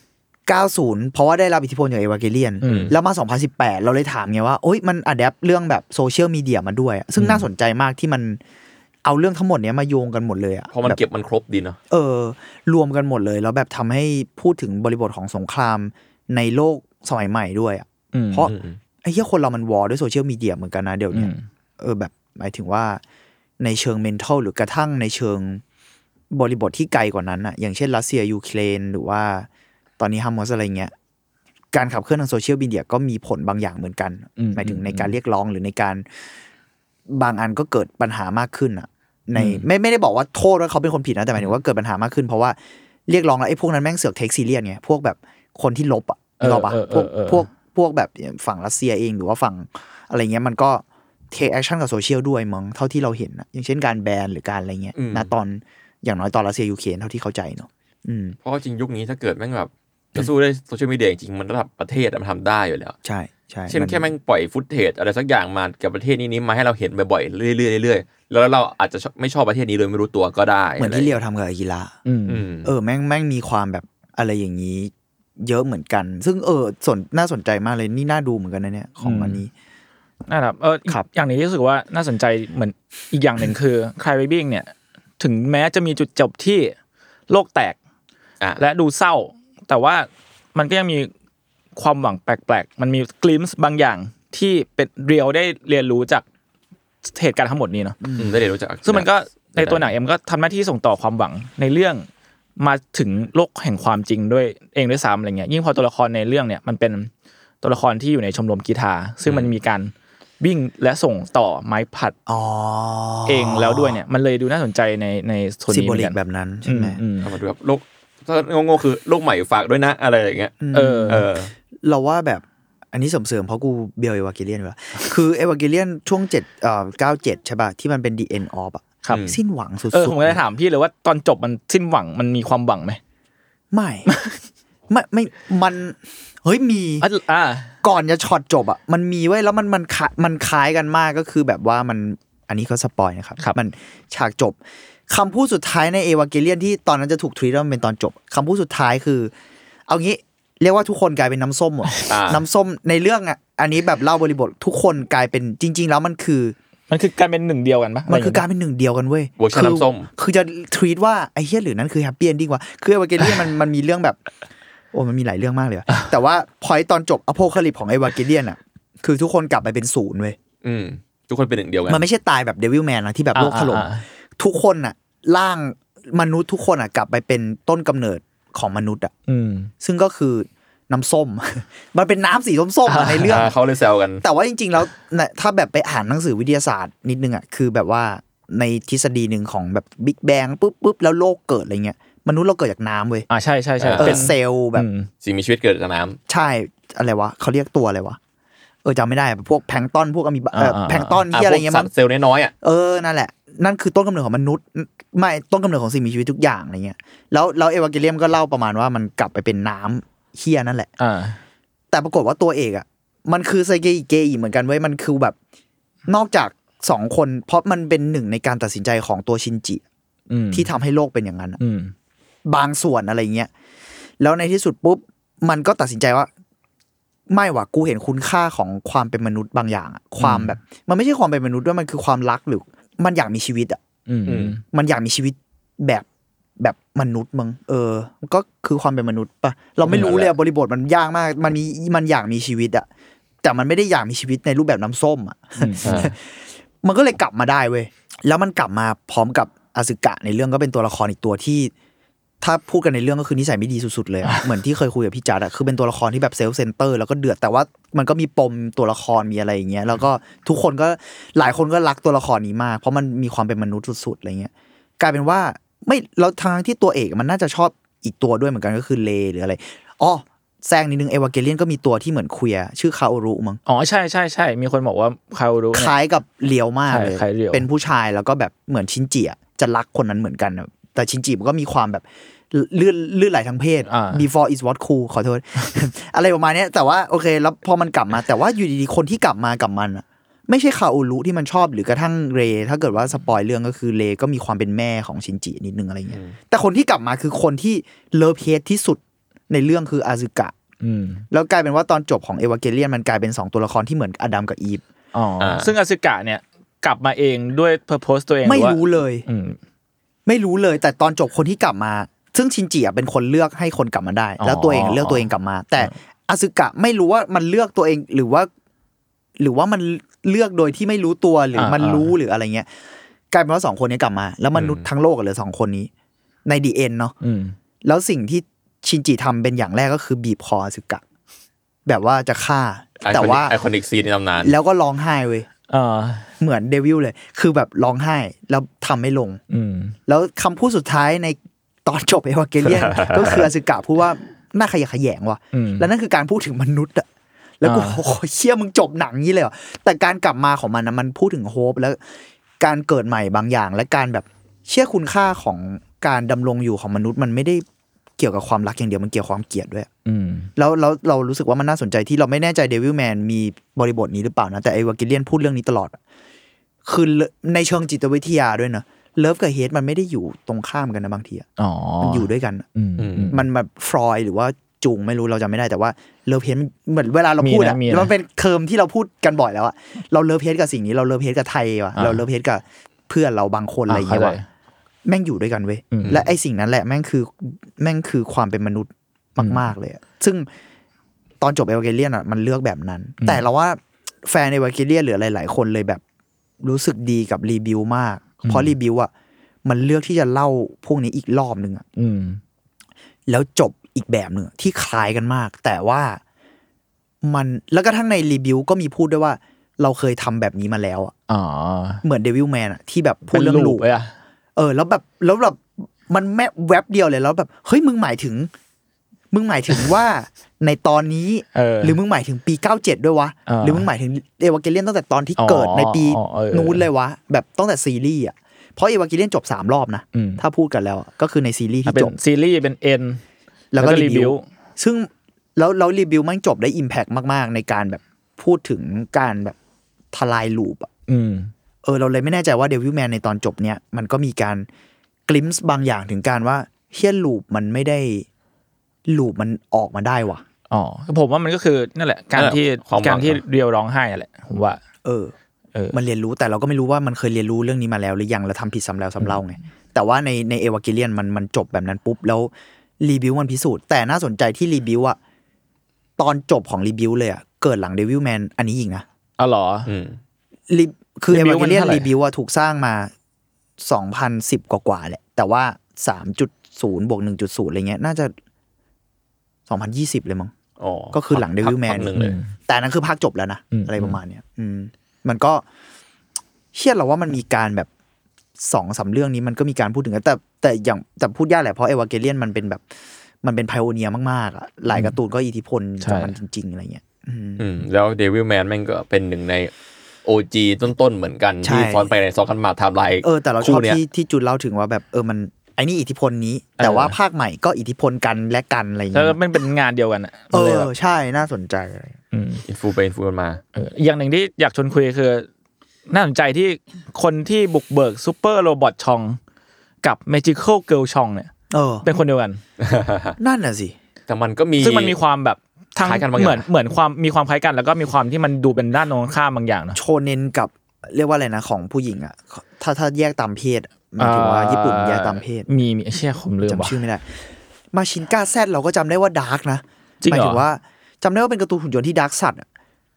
90เพราะว่าได้รับอิทธิพลจาก Evangelion แล้วมา2018เราเลยถามไงว่าโอ๊ยมันอะแดปเรื่องแบบโซเชียลมีเดียมาด้วยซึ่งน่าสนใจมากที่มันเอาเรื่องทั้งหมดเนี้ยมาโยงกันหมดเลยอ่ะเพราะมันเก็บมันครบดีเนาะรวมกันหมดเลยแล้วแบบทำให้พูดถึงบริบทของสงครามในโลกสมัยใหม่ด้วยอ่ะเพราะไอ้เหี้ยคนเรามันวอร์ด้วยโซเชียลมีเดียเหมือนกันนะเดี๋ยวนี้แบบหมายถึงว่าในเชิง mental หรือกระทั่งในเชิงบริบทที่ไกลกว่านั้นอ่ะอย่างเช่นรัสเซียยูเครนหรือว่าตอนนี้ฮามาสอะไรเงี้ยการขับเคลื่อนทางโซเชียลมีเดียก็มีผลบางอย่างเหมือนกันหมายถึงในการเรียกร้องหรือในการบางอันก็เกิดปัญหามากขึ้นอ่ะในไม่ได้บอกว่าโทษว่าเขาเป็นคนผิดนะแต่หมายถึงว่าเกิดปัญหามากขึ้นเพราะว่าเรียกร้องแล้วไอ้พวกนั้นแม่งเสือกเทคซีเรียสไงพวกแบบคนที่ลบอ่ะนึกออกปะพวกแบบฝั่งรัสเซียเองหรือว่าฝั่งอะไรเงี้ยมันก็เทคแอคชั่นกับโซเชียลด้วยมั้งเท่าที่เราเห็นนะอย่างเช่นการแบนหรือการอะไรเงี้ยณตอนอย่างน้อยตอนรัสเซียยูเครนเท่าที่เข้าใจเนาะเพราะจริงยุคนี้ถ้าเกิดแม่งแบบจะสู้ได้โซเชียลมีเดียจริงมันระดับประเทศมันทำได้อยู่แล้วใช่เช่นแค่แม่งปล่อยฟุตเทจอะไรสักอย่างมากับประเทศนี้มาให้เราเห็นบ่อยๆเรื่อยๆแล้วเราอาจจะไม่ชอบประเทศนี้เลยไม่รู้ตัวก็ได้เหมือนที่เรียวทำกับอากิระแม่งมีความแบบอะไรอย่างนี้เยอะเหมือนกันซึ่งน่าสนใจมากเลยนี่น่าดูเหมือนกันนะเนี่ยของอันนี้นะครับอย่างนี้รู้สึกว่าน่าสนใจเหมือนอีกอย่างหนึ่งคือ Cry Baby เนี่ยถึงแม้จะมีจุดจบที่โลกแตกและดูเศร้าแต่ว่ามันก็ยังมีความหวังแปลกๆมันมีกลิมส์บางอย่างที่เป็นเรียลได้เรียนรู้จากเหตุการณ์ทั้งหมดนี้เนาะได้เรียนรู้จากซึ่งมันก็ในตัวหนังก็ทำหน้าที่ส่งต่อความหวังในเรื่องมาถึงโลกแห่งความจริงด้วยซ้ำอะไรเงี้ยยิ่งพอตัวละครในเรื่องเนี่ยมันเป็นตัวละครที่อยู่ในชมรมกีฬาซึ่งมันมีการวิ่งและส่งต่อไม้ผัดเองแล้วด้วยเนี่ยมันเลยดูน่าสนใจในส่วนนี้เหมือนกันแบบนั้นใช่ไหมเอามาดูแบบโลกถ้างงๆคือโลกใหม่ฝากด้วยนะอะไรอย่างเงี้ยเราว่าแบบอันนี้เสริมเพราะกูเบียวเอวาเกเลียนว่ะคือเอวาเกเลียนช่วง97ใช่ป่ะที่มันเป็น The End of อ่ะสิ้นหวังสุดๆผมเลยถามพี่เลยว่าตอนจบมันสิ้นหวังมันมีความหวังไหมไม่มันเฮ้ยมีก่อนจะช็อตจบอ่ะมันมีไว้แล้วมันคล้ายกันมากก็คือแบบว่ามันอันนี้เขาสปอยนะครับมันฉากจบคำพูดสุดท้ายในเอวาเกเลียนที่ตอนนั้นจะถูกทรีตว่ามันเป็นตอนจบคำพูดสุดท้ายคือเอางี้เรียกว่าทุกคนกลายเป็นน้ำส้มหมดน้ำส้มในเรื่องอ่ะอันนี้แบบเล่าบริบททุกคนกลายเป็นจริงๆแล้วมันคือการเป็นหนึ่งเดียวกันปะมันคือการเป็นหนึ่งเดียวกันเว้ยคือจะทรีตว่าไอ้เหี้ยหรือนั้นคือแฮปปี้เอนดิ้งวะคือเอวาเกเลียนมันมีเรื่องแบบโอ้มันมีหลายเรื่องมากเลยแต่ว่าพอยตอนจบอโพคาลิปของเอวาเกเลียนอ่ะคือทุกคนกลับไปเป็นศูนย์เว้ยทุกคนเป็นหนึ่งเดียวกันมันไม่ใช่ตายแบบเดวิลแมนนะที่แบบโลกถล่มทุกคนอ่ะร่างมนุษย์ทุกคนอ่ะกลับไปเป็นต้นกำเนิดของมนุษย์อ่ะซึ่งก็คือน้ำส้ม มันเป็นน้ำสีส้มๆในเรื่องเขาเลยแซวกันแต่ว่าจริงๆแล้วถ้าแบบไปอ่านหนังสือวิทยาศาสตร์นิดนึงอ่ะคือแบบว่าในทฤษฎีนึงของแบบบิ๊กแบงปุ๊บแล้วโลกเกิดอะไรเงี้ยมนุษย์เราเกิดจากน้ำเว้ยใช่ๆๆเป็นเซลล์แบบสิ่งมีชีวิตเกิดจากน้ำใช่อะไรวะเขาเรียกตัวอะไรวะจำไม่ได้พวกแพลงก์ตอนพวกแพลงก์ตอนที่อะไรเงี้ยมันเซลล์น้อยๆอ่ะนั่นแหละนั่นคือต้นกำเนิดของมนุษย์ไม่ต้นกำเนิดของสิ่งมีชีวิตทุกอย่างอะไรเงี้ยแล้วเอวาเกเลียนก็เล่าประมาณว่ามันกลับไปเป็นน้ำเหี้ยนั่นแหละแต่ปรากฏว่าตัวเอกอ่ะมันคือไซเกอิเหมือนกันเว้ยมันคือแบบนอกจาก2คนเพราะมันเป็นหนึ่งในการตัดสินใจของตัวชินจิที่ทำให้โลกเป็นอย่างนั้นบางส่วนอะไรเงี้ยแล้วในที่สุดปุ๊บมันก็ตัดสินใจว่าไม่ว่ะกูเห็นคุณค่าของความเป็นมนุษย์บางอย่างอ่ะความแบบมันไม่ใช่ความเป็นมนุษย์ด้วยมันคือความรักหรือมันอยากมีชีวิตอ่ะมันอยากมีชีวิตแบบมนุษย์มึงก็คือความเป็นมนุษย์ป่ะเราไม่รู้เลยบริบทมันยากมากมันอยากมีชีวิตอ่ะแต่มันไม่ได้อยากมีชีวิตในรูปแบบน้ำส้มอ่ะมันก็เลยกลับมาได้เว้ยแล้วมันกลับมาพร้อมกับอาซึกะในเรื่องก็เป็นตัวละครอีกตัวที่ถ้าพูดกันในเรื่องก็คือนิสัยไม่ดีสุดๆเลยเหมือนที่เคยคุยกับพี่จัดอ่ะคือเป็นตัวละครที่แบบเซลฟ์เซนเตอร์แล้วก็เดือดแต่ว่ามันก็มีปมตัวละครมีอะไรอย่างเงี้ยแล้วก็ทุกคนก็หลายคนก็รักตัวละครนี้มากเพราะมันมีความเป็นมนุษย์สุดๆอะไรเงี้ยกลายเป็นว่าไม่แล้วทางที่ตัวเอกมันน่าจะชอบอีกตัวด้วยเหมือนกันก็คือเลหรืออะไรอ๋อแซงนิดนึงเอวาเกเลียนก็มีตัวที่เหมือนเคลียร์ชื่อคาโอรุมั้งอ๋อใช่ๆๆมีคนบอกว่าคาโอรุคล้ายกับเลียวมากเลยคล้ายเลียวเป็นผู้ชายแล้วก็แบบเหมือนชินจิจะรักคนนั้นเหมือนกันแต่ชินจิมันก็มีความแบบเลื่อนไหลทางเพศ before is what cool ขอโทษ อะไรประมาณนี้แต่ว่าโอเคแล้วพอมันกลับมาแต่ว่าอยู่ดีๆคนที่กลับมากับมันไม่ใช่คาโอรุที่มันชอบหรือกระทั่งเรถ้าเกิดว่าสปอยเรื่องก็คือเรก็มีความเป็นแม่ของชินจินิดนึงอะไรเงี้ยแต่คนที่กลับมาคือคนที่เลิฟเฮทที่สุดในเรื่องคืออาซึกะแล้วกลายเป็นว่าตอนจบของเอวาเกเลียนมันกลายเป็น2ตัวละครที่เหมือนอดัมกับอีฟซึ่งอาซึกะเนี่ยกลับมาเองด้วยเพอร์โพสตัวเองไม่รู้เลยไม่รู้เลยแต่ตอนจบคนที่กลับมาซึ่งชินจิเป็นคนเลือกให้คนกลับมาได้แล้วตัวเองเลือกตัวเองกลับมาแต่อาซึกะไม่รู้ว่ามันเลือกตัวเองหรือว่ามันเลือกโดยที่ไม่รู้ตัวหรือมันรู้หรืออะไรเงี้ยกลายเป็นว่า2คนนี้กลับมาแล้วมนุษย์ทั้งโลกเหลือ2คนนี้ในดีเอ็นเนาะแล้วสิ่งที่ชินจิทำเป็นอย่างแรกก็คือบีบคออาซึกะแบบว่าจะฆ่าแต่ว่าไอคอนิกซีนในตำนานแล้วก็ร้องไห้เว้ยเหมือนเดวิลเลยคือแบบร้องไห้แล้วทำไม่ลงแล้วคำพูดสุดท้ายในตอนจบเอวาเกเลียนก็คืออาซึกะพูดว่าน่าขยะแขยงว่ะแล้วนั่นคือการพูดถึงมนุษย์อะแล้วกูโอ้เชี่ยมึงจบหนังนี้เลยเหรอแต่การกลับมาของมันนะมันพูดถึงโฮปแล้วการเกิดใหม่บางอย่างและการแบบเชื่อคุณค่าของการดำรงอยู่ของมนุษย์มันไม่ได้เกี่ยวกับความรักอย่างเดียวมันเกี่ยวกับความเกลียดด้วยแล้วเรารู้สึกว่ามันน่าสนใจที่เราไม่แน่ใจเดวิลแมนมีบริบทนี้หรือเปล่านะแต่เอวาเกเลียนพูดเรื่องนี้ตลอดคือในเชิงจิตวิทยาด้วยนะเลิฟกับเฮทมันไม่ได้อยู่ตรงข้ามกันนะบางทีมันอยู่ด้วยกันมันแบบฟรอยหรือว่าจูงไม่รู้เราจำไม่ได้แต่ว่าเลิฟเฮทเหมือนเวลาเราพูดมันเป็นเทอมที่เราพูดกันบ่อยแล้วเราเลิฟเฮทกับสิ่งนี้เราเลิฟเฮทกับไทยว่ะเราเลิฟเฮทกับเพื่อนเราบางคนอะไรอย่างเงี้ยว่ะแม่งอยู่ด้วยกันเว้ยและไอ้สิ่งนั้นแหละแม่งคือความเป็นมนุษย์มากๆเลยซึ่งตอนจบเอวาเกเลียนมันเลือกแบบนั้นแต่เราว่าแฟนเอวาเกเลียนหรือหลายๆคนเลยแบบรู้สึกดีกับรีบิวมากเพราะรีบิวมันเลือกที่จะเล่าพวกนี้อีกรอบนึงแล้วจบอีกแบบนึงที่คล้ายกันมากแต่ว่ามันแล้วก็ทั้งในรีบิวก็มีพูดด้วยว่าเราเคยทำแบบนี้มาแล้วเหมือนเดวิลแมนที่แบบพูดเรื่องลูกแล้วแบบมันแม่แวบเดียวเลยแล้วแบบเฮ้ยมึงหมายถึงว่าในตอนนี้หรือมึงหมายถึงปี97ด้วยวะหรือมึงหมายถึงเอวาเกเลียนตั้งแต่ตอนที่เกิดในปีนู้นเลยวะแบบตั้งแต่ซีรีส์เพราะเอวาเกเลียนจบ3รอบนะถ้าพูดกันแล้วก็คือในซีรีส์ที่จบซีรีส์เป็น N แล้วก็รีวิวซึ่งแล้วรีวิวมันจบได้ impact มากๆในการแบบพูดถึงการแบบทลายลูปเราเลยไม่แน่ใจว่าเดวิลแมนในตอนจบเนี่ยมันก็มีการกลิมส์บางอย่างถึงการว่าเฮียลูปมันไม่ได้ลูปมันออกมาได้ว่ะผมว่ามันก็คือนั่นแหละการที่เรียวร้องไห้แหละผมว่ามันเรียนรู้แต่เราก็ไม่รู้ว่ามันเคยเรียนรู้เรื่องนี้มาแล้วหรือยังแล้วทำผิดซ้ำแล้วซ้ำเล่าไงแต่ว่าในเอวาเกเลียนมันจบแบบนั้นปุ๊บแล้วรีบิวมันพิสูจน์แต่น่าสนใจที่รีบิวตอนจบของรีบิวเลยเกิดหลังเดวิลแมนอันนี้อีกนะเหรอคือเอวาเกเลียนรีบิวถูกสร้างมา2010กว่าแหละแต่ว่า 3.0 บวก 1.0 อะไรเงี้ยน่าจะ2020เลยมั้งก็คือหลังเดวิลแมนแต่นั้นคือภาคจบแล้วนะอะไรประมาณเนี้ยมันก็เชื่อเราว่ามันมีการแบบ 2-3 เรื่องนี้มันก็มีการพูดถึงกันแต่อย่างแต่พูดยากแหละเพราะเอวาเกเลียนมันเป็นแบบมันเป็นไพโอเนียร์มากๆหลายการ์ตูนก็อิทธิพลจากมันจริงๆอะไรเงี้ยแล้วเดวิลแมนแม่งก็เป็นหนึ่งใน OG ต้นๆเหมือนกันที่ฟอนไปในซอกันมาไทม์ไลน์แต่เราชอบที่จุดเล่าถึงว่าแบบมันไอ้นี่อิทธิพลนี้แต่ว่าภาคใหม่ก็อิทธิพลกันและกันอะไรอย่างเงี้ยแล้วมันเป็นงานเดียวกันใช่น่าสนใจอินฟูไปอินฟูกันมาอย่างหนึ่งที่อยากชวนคุยคือน่าสนใจที่คนที่บุกเบิกซูเปอร์โรบอทชองกับเมจิคอลเกิร์ลชองเนี่ยเป็นคนเดียวกันนั่นน่ะสิแต่มันก็มีซึ่งมันมีความแบบทั้งเหมือนความมีความคล้ายกันแล้วก็มีความที่มันดูเป็นด้านตรงข้ามบางอย่างนะโชเน็นกับเรียกว่าอะไรนะของผู้หญิงถ้าแยกตามเพศหมายถึงว่าญี่ปุ่นแยกตามเพศมีเชี่ยผมลืมจำชื่อไม่ได้มาชินก้าแซดเราก็จำได้ว่าดาร์กนะหมายถึงว่าจำได้ว่าเป็นการ์ตูนหุ่นยนต์ที่ดาร์กสัตว์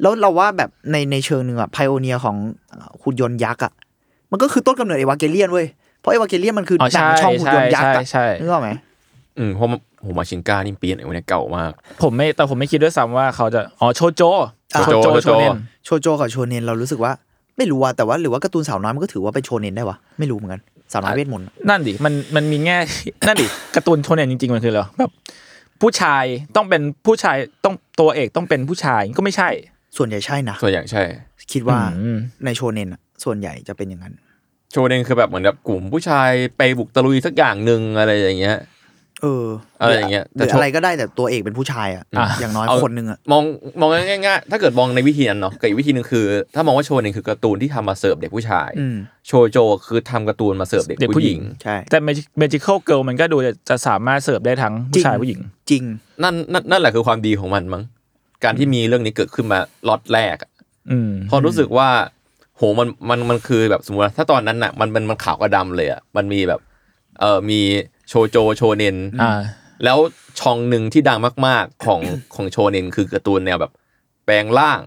แล้วเราว่าแบบในเชิงนึงอ่ะไพโอเนียของหุ่นยนต์ยักษ์อ่ะมันก็คือต้นกำเนิดเอวาเกเลียนเว้ยเพราะเอวาเกเลียนมันคือหนังช่องหุ่นยนต์ยักษ์อ่ะนึกออกมั้ยเพราะโหมาชินก้านี่ปีนไอ้วันนี้เก่ามากผมไม่คิดด้วยซ้ำว่าเขาจะโชโจโชเนกับโชเนนเรารู้สึกว่าไม่รู้ว่าแต่ว่าหรือว่าการ์ตูนสาวน้อยมันก็ถือว่าเป็นโชเนนได้วะไม่รู้เหมือนกันสาวน้อยเวทมนต์นั่นดิมันมีแง่นั่นดิการ์ตูนโชเนนจริงๆมันคืออะไรแบบผู้ชายต้องเป็นผู้ชายต้องตัวเอกต้องเป็นผู้ชายก็ไม่ใช่ส่วนใหญ่ใช่นะส่วนใหญ่ใช่คิดว่าในโชเนนอ่ะส่วนใหญ่จะเป็นอย่างนั้นโชเนนคือแบบเหมือนแบบกลุ่มผู้ชายไปบุกตะลุยสักอย่างนึงอะไรอย่างเงี้ยอะไรอย่างเงี้ยแต่อะไรก็ได้แต่ตัวเอกเป็นผู้ชายอ่ะอย่างน้อยคนนึงอ่ะมองง่ายๆถ้าเกิดมองในวิธีนั้นเนาะกับอีกวิธีนึงคือถ้ามองว่าโชเนนคือการ์ตูนที่ทำมาเสิร์ฟเด็กผู้ชายโชโจคือทำการ์ตูนมาเสิร์ฟเด็กผู้หญิงใช่แต่ Magical Girl มันก็ดูจะสามารถเสิร์ฟได้ทั้งผู้ชายผู้หญิงจริงนั่นแหละคือความดีของมันมั้งการที่มีเรื่องนี้เกิดขึ้นมาล็อตแรกพอรู้สึกว่าโหมันคือแบบสมมติถ้าตอนนั้นน่ะมันขาวกับดำเลยอ่ะมันมีแบบมีโชโจโชเนนแล้วช่องหนึ่งที่ดังมากๆของโชเนนคือการ์ตูนแนวแบบแปลงร่าง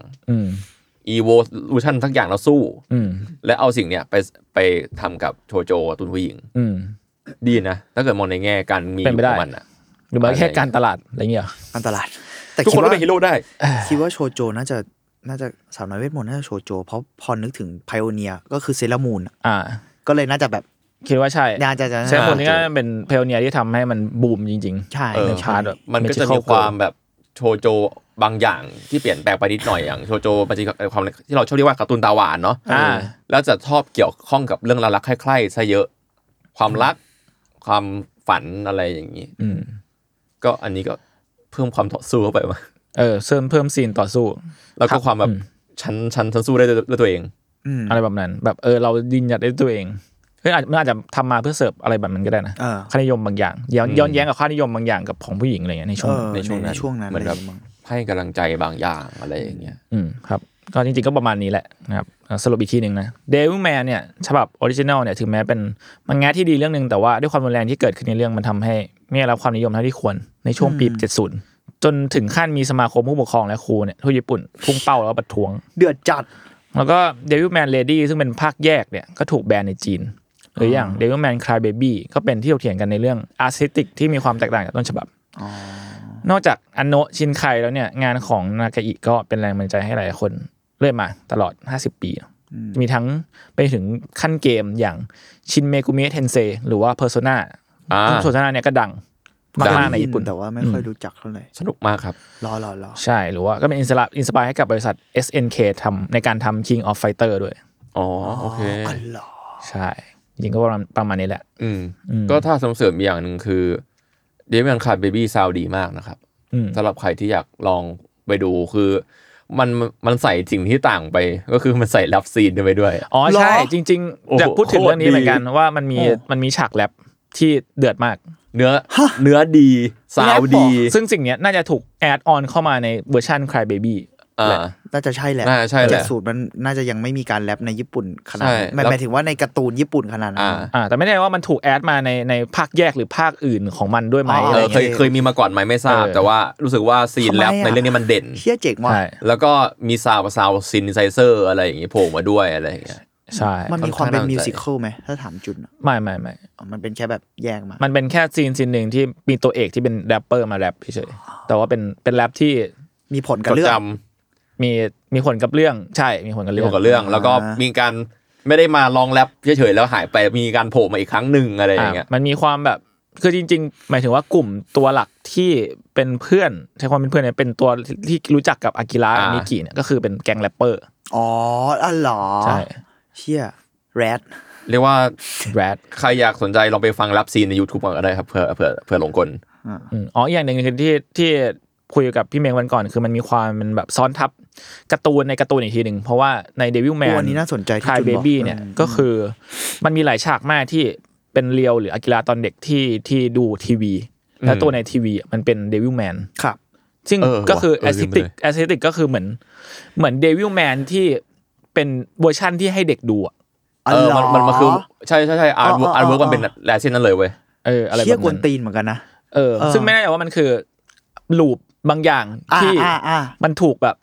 evolution ทั้งอย่างแล้วสู้และเอาสิ่งเนี้ยไปทำกับโชโจการ์ตูนผู้หญิงดีนะถ้าเกิดมองในแง่การมีของมันอ่ะหรือว่าแค่การตลาดอะไรเงี้ยการตลาดแต่ทุกคนก็เป็นฮีโร่ได้คิดว่าโชโจน่าจะสาวน้อยเวทมนต์น่าจะโชโจเพราะพอนึกถึงไพโอเนียก็คือเซเลอร์มูนก็เลยน่าจะแบบคิดว่าใช่ใช่คนนี้ก็เป็นเพลเนียที่ทำให้มันบูมจริงๆใช่ในชาร์ตแบบมันก็จะมีความแบบโชโจบางอย่างที่เปลี่ยนแปลงไปนิดหน่อยอย่างโชโจมันจะความที่เราชอบเรียกว่าการ์ตูนตาหวานเนาะแล้วจะชอบเกี่ยวข้องกับเรื่องรักๆใคร่ๆซะเยอะความรักความฝันอะไรอย่างนี้ก็อันนี้ก็เพิ่มความต่อสู้เข้าไปมาเพิ่มซีนต่อสู้แล้วก็ความแบบฉันสู้ได้ด้วยตัวเองอะไรแบบนั้นแบบเรายืนหยัดได้ตัวเองมันอาจจะทำมาเพื่อเสิร์ฟอะไรแบบนั้นก็ได้นะค่านิยมบางอย่างย้อนแย้งกับค่านิยมบางอย่างกับของผู้หญิงอะไรเงี้ยในช่วงนั้นเหมือนแบบให้กำลังใจบางอย่างอะไรอย่างเงี้ยครับก็จริงๆก็ประมาณนี้แหละนะครับสรุปอีกทีนึงนะ Devilman เนี่ยฉบับออริจินัลเนี่ยถึงแม้เป็นมังงะที่ดีเรื่องนึงแต่ว่าด้วยความรุนแรงที่เกิดขึ้นในเรื่องมันทำให้ไม่ได้รับความนิยมเท่าที่ควรในช่วงปี70จนถึงขั้นมีสมาคมผู้ปกครองและครูเนี่ยทั่วญี่ปุ่นพุ่งเป้าแล้วประท้วงเดือดจัดแล้วก็ Devilman Lady ซึ่งเป็นภาคแยกเนี่ยก็ถูกแบนในจีนหรืออย่าง Devilman Crybaby ก็เป็นที่ถกเถียงกันในเรื่องอาร์ติสติกที่มีความแตกต่างจากต้นฉบับนอกจากอันโนะชินไคแล้วเนี่ยงานของนากาอิก็เป็นแรงบันดาลใจให้หลายคนเรื่อยมาตลอด50ปีมีทั้งไปถึงขั้นเกมอย่างชินเมกุเมะเทนเซหรือว่า Persona Persona เนี่ยก็ดังมากๆในญี่ปุ่นแต่ว่าไม่ค่อยรู้จักเท่าไหร่สนุกมากครับรอใช่หรือว่าก็เป็นอินสปายให้กับบริษัท SNK ทำในการทำ King of Fighter ด้วยโอเคใช่จริงก็ประมาณนี้แหละก็ถ้าเสริมอีกอย่างนึงคือ Devilman Crybaby ซาวด์ดีมากนะครับสำหรับใครที่อยากลองไปดูคือมันใส่สิ่งที่ต่างไปก็คือมันใส่แรปซีนไปด้วยใช่จริงๆอยากพูดถึงเรื่องนี้เหมือนกันว่ามันมีฉากแรปที่เดือดมากเนื้อดีซาวด์ดีซึ่งสิ่งนี้น่าจะถูกแอดออนเข้ามาในเวอร์ชัน Crybaby น่าจะใช่แหละแต่สูตรมันน่าจะยังไม่มีการแรปในญี่ปุ่นขนาดหมายถึงว่าในการ์ตูนญี่ปุ่นขนาดนั้นแต่ไม่ได้ว่ามันถูกแอดมาในภาคแยกหรือภาคอื่นของมันด้วยไหมเคยมีมาก่อนไหมไม่ทราบแต่ว่ารู้สึกว่าซีนแรปในเรื่องนี้มันเด่นเชี่ยเจ๋งมากแล้วก็มีซาวซินไซเซอร์อะไรอย่างงี้โผล่มาด้วยอะไรอย่างเงี้ยใช่มันมีความเป็นมิวสิคอลไหมถ้าถามจุนไม่มันเป็นแค่แบบแยกมามันเป็นแค่ซีนนึงที่มีตัวเอกที่เป็นแรปเปอร์มาแรปเฉยๆแต่ว่าเป็นแรปที่มีผลกับเรื่องมีผลกับเรื่องใช่มีผลกับเรื่องแล้วก็มีการไม่ได้มาลองแรปเฉยๆแล้วหายไปมีการโผล่มาอีกครั้งนึงอะไรอย่างเงี้ยมันมีความแบบคือจริงๆหมายถึงว่ากลุ่มตัวหลักที่เป็นเพื่อนใช้ความเป็นเพื่อนเนี่ยเป็นตัวที่รู้จักกับอากิระมิกิเนี่ยก็คือเป็นแก๊งแรปเปอร์เหรอใช่เชี่ยแรดเรียกว่าแรดใครอยากสนใจลองไปฟังแรปซีนใน YouTube ก็ได้ครับเพื่อหลงกลอย่างนึงคือที่คุยกับพี่เมงวันก่อนคือมันมีความมันแบบซ้อนทับการ์ตูนในการ์ตูนอีกทีนึงเพราะว่าใน Devilman อันนี้น่าสนใจที่ Crybaby เนี่ยก็คือมันมีหลายฉากมากที่เป็นเรียวหรืออากิระตอนเด็กที่ดูทีวีแล้วตัวในทีวีมันเป็น Devilman ครับซึ่งก็คือ aesthetic ก็คือเหมือน Devilman ที่เป็นเวอร์ชั่นที่ให้เด็กดูมันคือใช่ๆอาร์ตเวิร์คมันเป็นแลเส้นนั้นเลยเว้ยอะไรแบบนั้นเชี่ยกวนตีนเหมือนกันนะซึ่งไม่แน่ใจว่ามันคือลูปบางอย่างที่มันถูกแบบ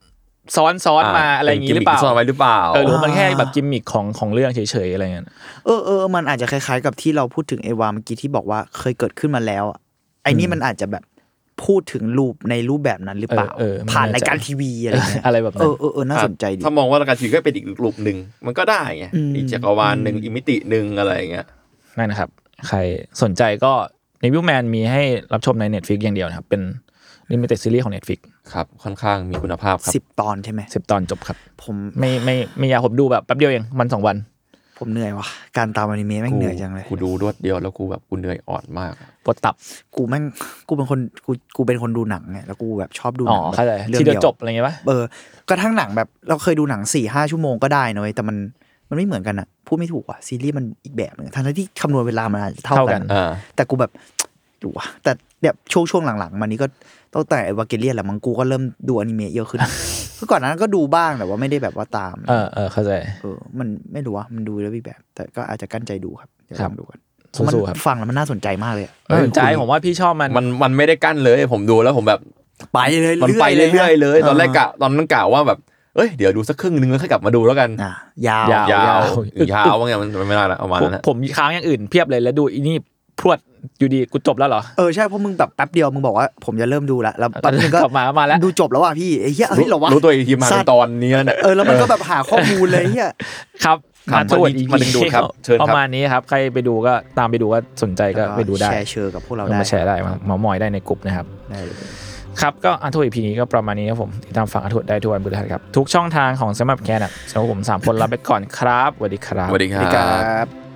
ซ้อนมาอะไรอย่างงี้หรือเปล่าซ่อนไว้หรือเปล่าหรือมันแค่แบบกิมมิคของเรื่องเฉยๆอะไรเงี้ยมันอาจจะคล้ายๆกับที่เราพูดถึงเอวาเมื่อกี้ที่บอกว่าเคยเกิดขึ้นมาแล้วไอ้นี่มันอาจจะแบบพูดถึงรูปในรูปแบบนั้นหรือเปล่าผ่านรายการทีวีอะไรเงี้ยอะไรแบบนั้นน่าสนใจดีถ้ามองว่ารายการทีวีก็เป็นอีกรูปนึงมันก็ได้ไงอีกจักรวาลนึงอีกมิตินึงอะไรอย่างเงี้ยนั่นนะครับใครสนใจก็Devilman มีให้รับชมใน Netflix อย่างเดียวนะครับเป็น Limited Series ของ Netflix ครับค่อนข้างมีคุณภาพครับ 10 ตอนใช่มั้ย 10 ตอนจบครับผมไม่อยากผมดูแบบแป๊บเดียวเองวัน2วันผมเหนื่อยว่ะการตามอนิเมะแม่งเหนื่อยจังเลยกูดูรวดเดียวแล้วกูแบบกูเหนื่อยอ่อนมากปวดตับกูเป็นคนดูหนังไงแล้วกูแบบชอบดูหนังที่เดียวจบอะไรเงี้ยป่ะกระทั่งหนังแบบเราเคยดูหนัง 4-5 ชั่วโมงก็ได้นะเว้ยแต่มันไม่เหมือนกันอ่ะพูดไม่ถูกว่ะซีรีส์มันอีกแบบนึงทั้งที่คำนวณเวลามันเท่ากันแต่กูแบบดูว่ะแต่แบบช่วงหลังๆมานี้ก็ตั้งแต่วาเกเลียนแหละมั้งกูก็เริ่มดูอนิเมะเยอะขึ้นคือก่อนนั้นก็ดูบ้างแต่ว่าไม่ได้แบบว่าตามเข้าใจมันไม่รู้ว่ามันดูแล้วอีกแบบแต่ก็อาจจะกั้นใจดูครับเดี๋ยวลองดูกันสู้ๆครับฟังแล้วมันน่าสนใจมากเลยสนใจผมว่าพี่ชอบมันไม่ได้กั้นเลยผมดูแล้วผมแบบไปเลยมันไปเรื่อยๆเลยตอนแรกตอนนั้นกะว่าแบบเดี๋ยวดูสักครึ่งนึงแล้วค่อยกลับมาดูแล้วกันยาวว่าไงมันไม่ได้ละเอามาแล้วนะผมมีค้างอย่างอื่นเพียบเลยแล้วดูอีนี่พรวดอยู่ดีกูจบแล้วเหรอใช่เพราะมึงแบบแป๊บเดียวมึงบอกว่าผมจะเริ่มดูแล้วแป๊บนึงก็มาแล้วดูจบแล้วว่ะพี่ไอ้เหี้ยเหรอวะรู้ตัวอีกทีมาตอนนี้เนี่ยแล้วมันก็แบบหาข้อมูลเลยเหี้ยครับมาทวดมาดึงดูครับเชิญครับประมาณนี้ครับใครไปดูก็ตามไปดูว่าสนใจก็ไปดูได้แชร์กับพวกเราได้มาแชร์ได้เมาท์มอยได้ในกลุ่มนะครับได้เลยครับก็อันทัวร์ EP นี้ก็ประมาณนี้ครับผมติดตามฟังอันทัวร์ได้ทุกวันพฤหัสครับทุกช่องทางของสมัครแคนสำหรับผม3คนลาไปก่อนครับสวัสดีครับสวัสดีครับ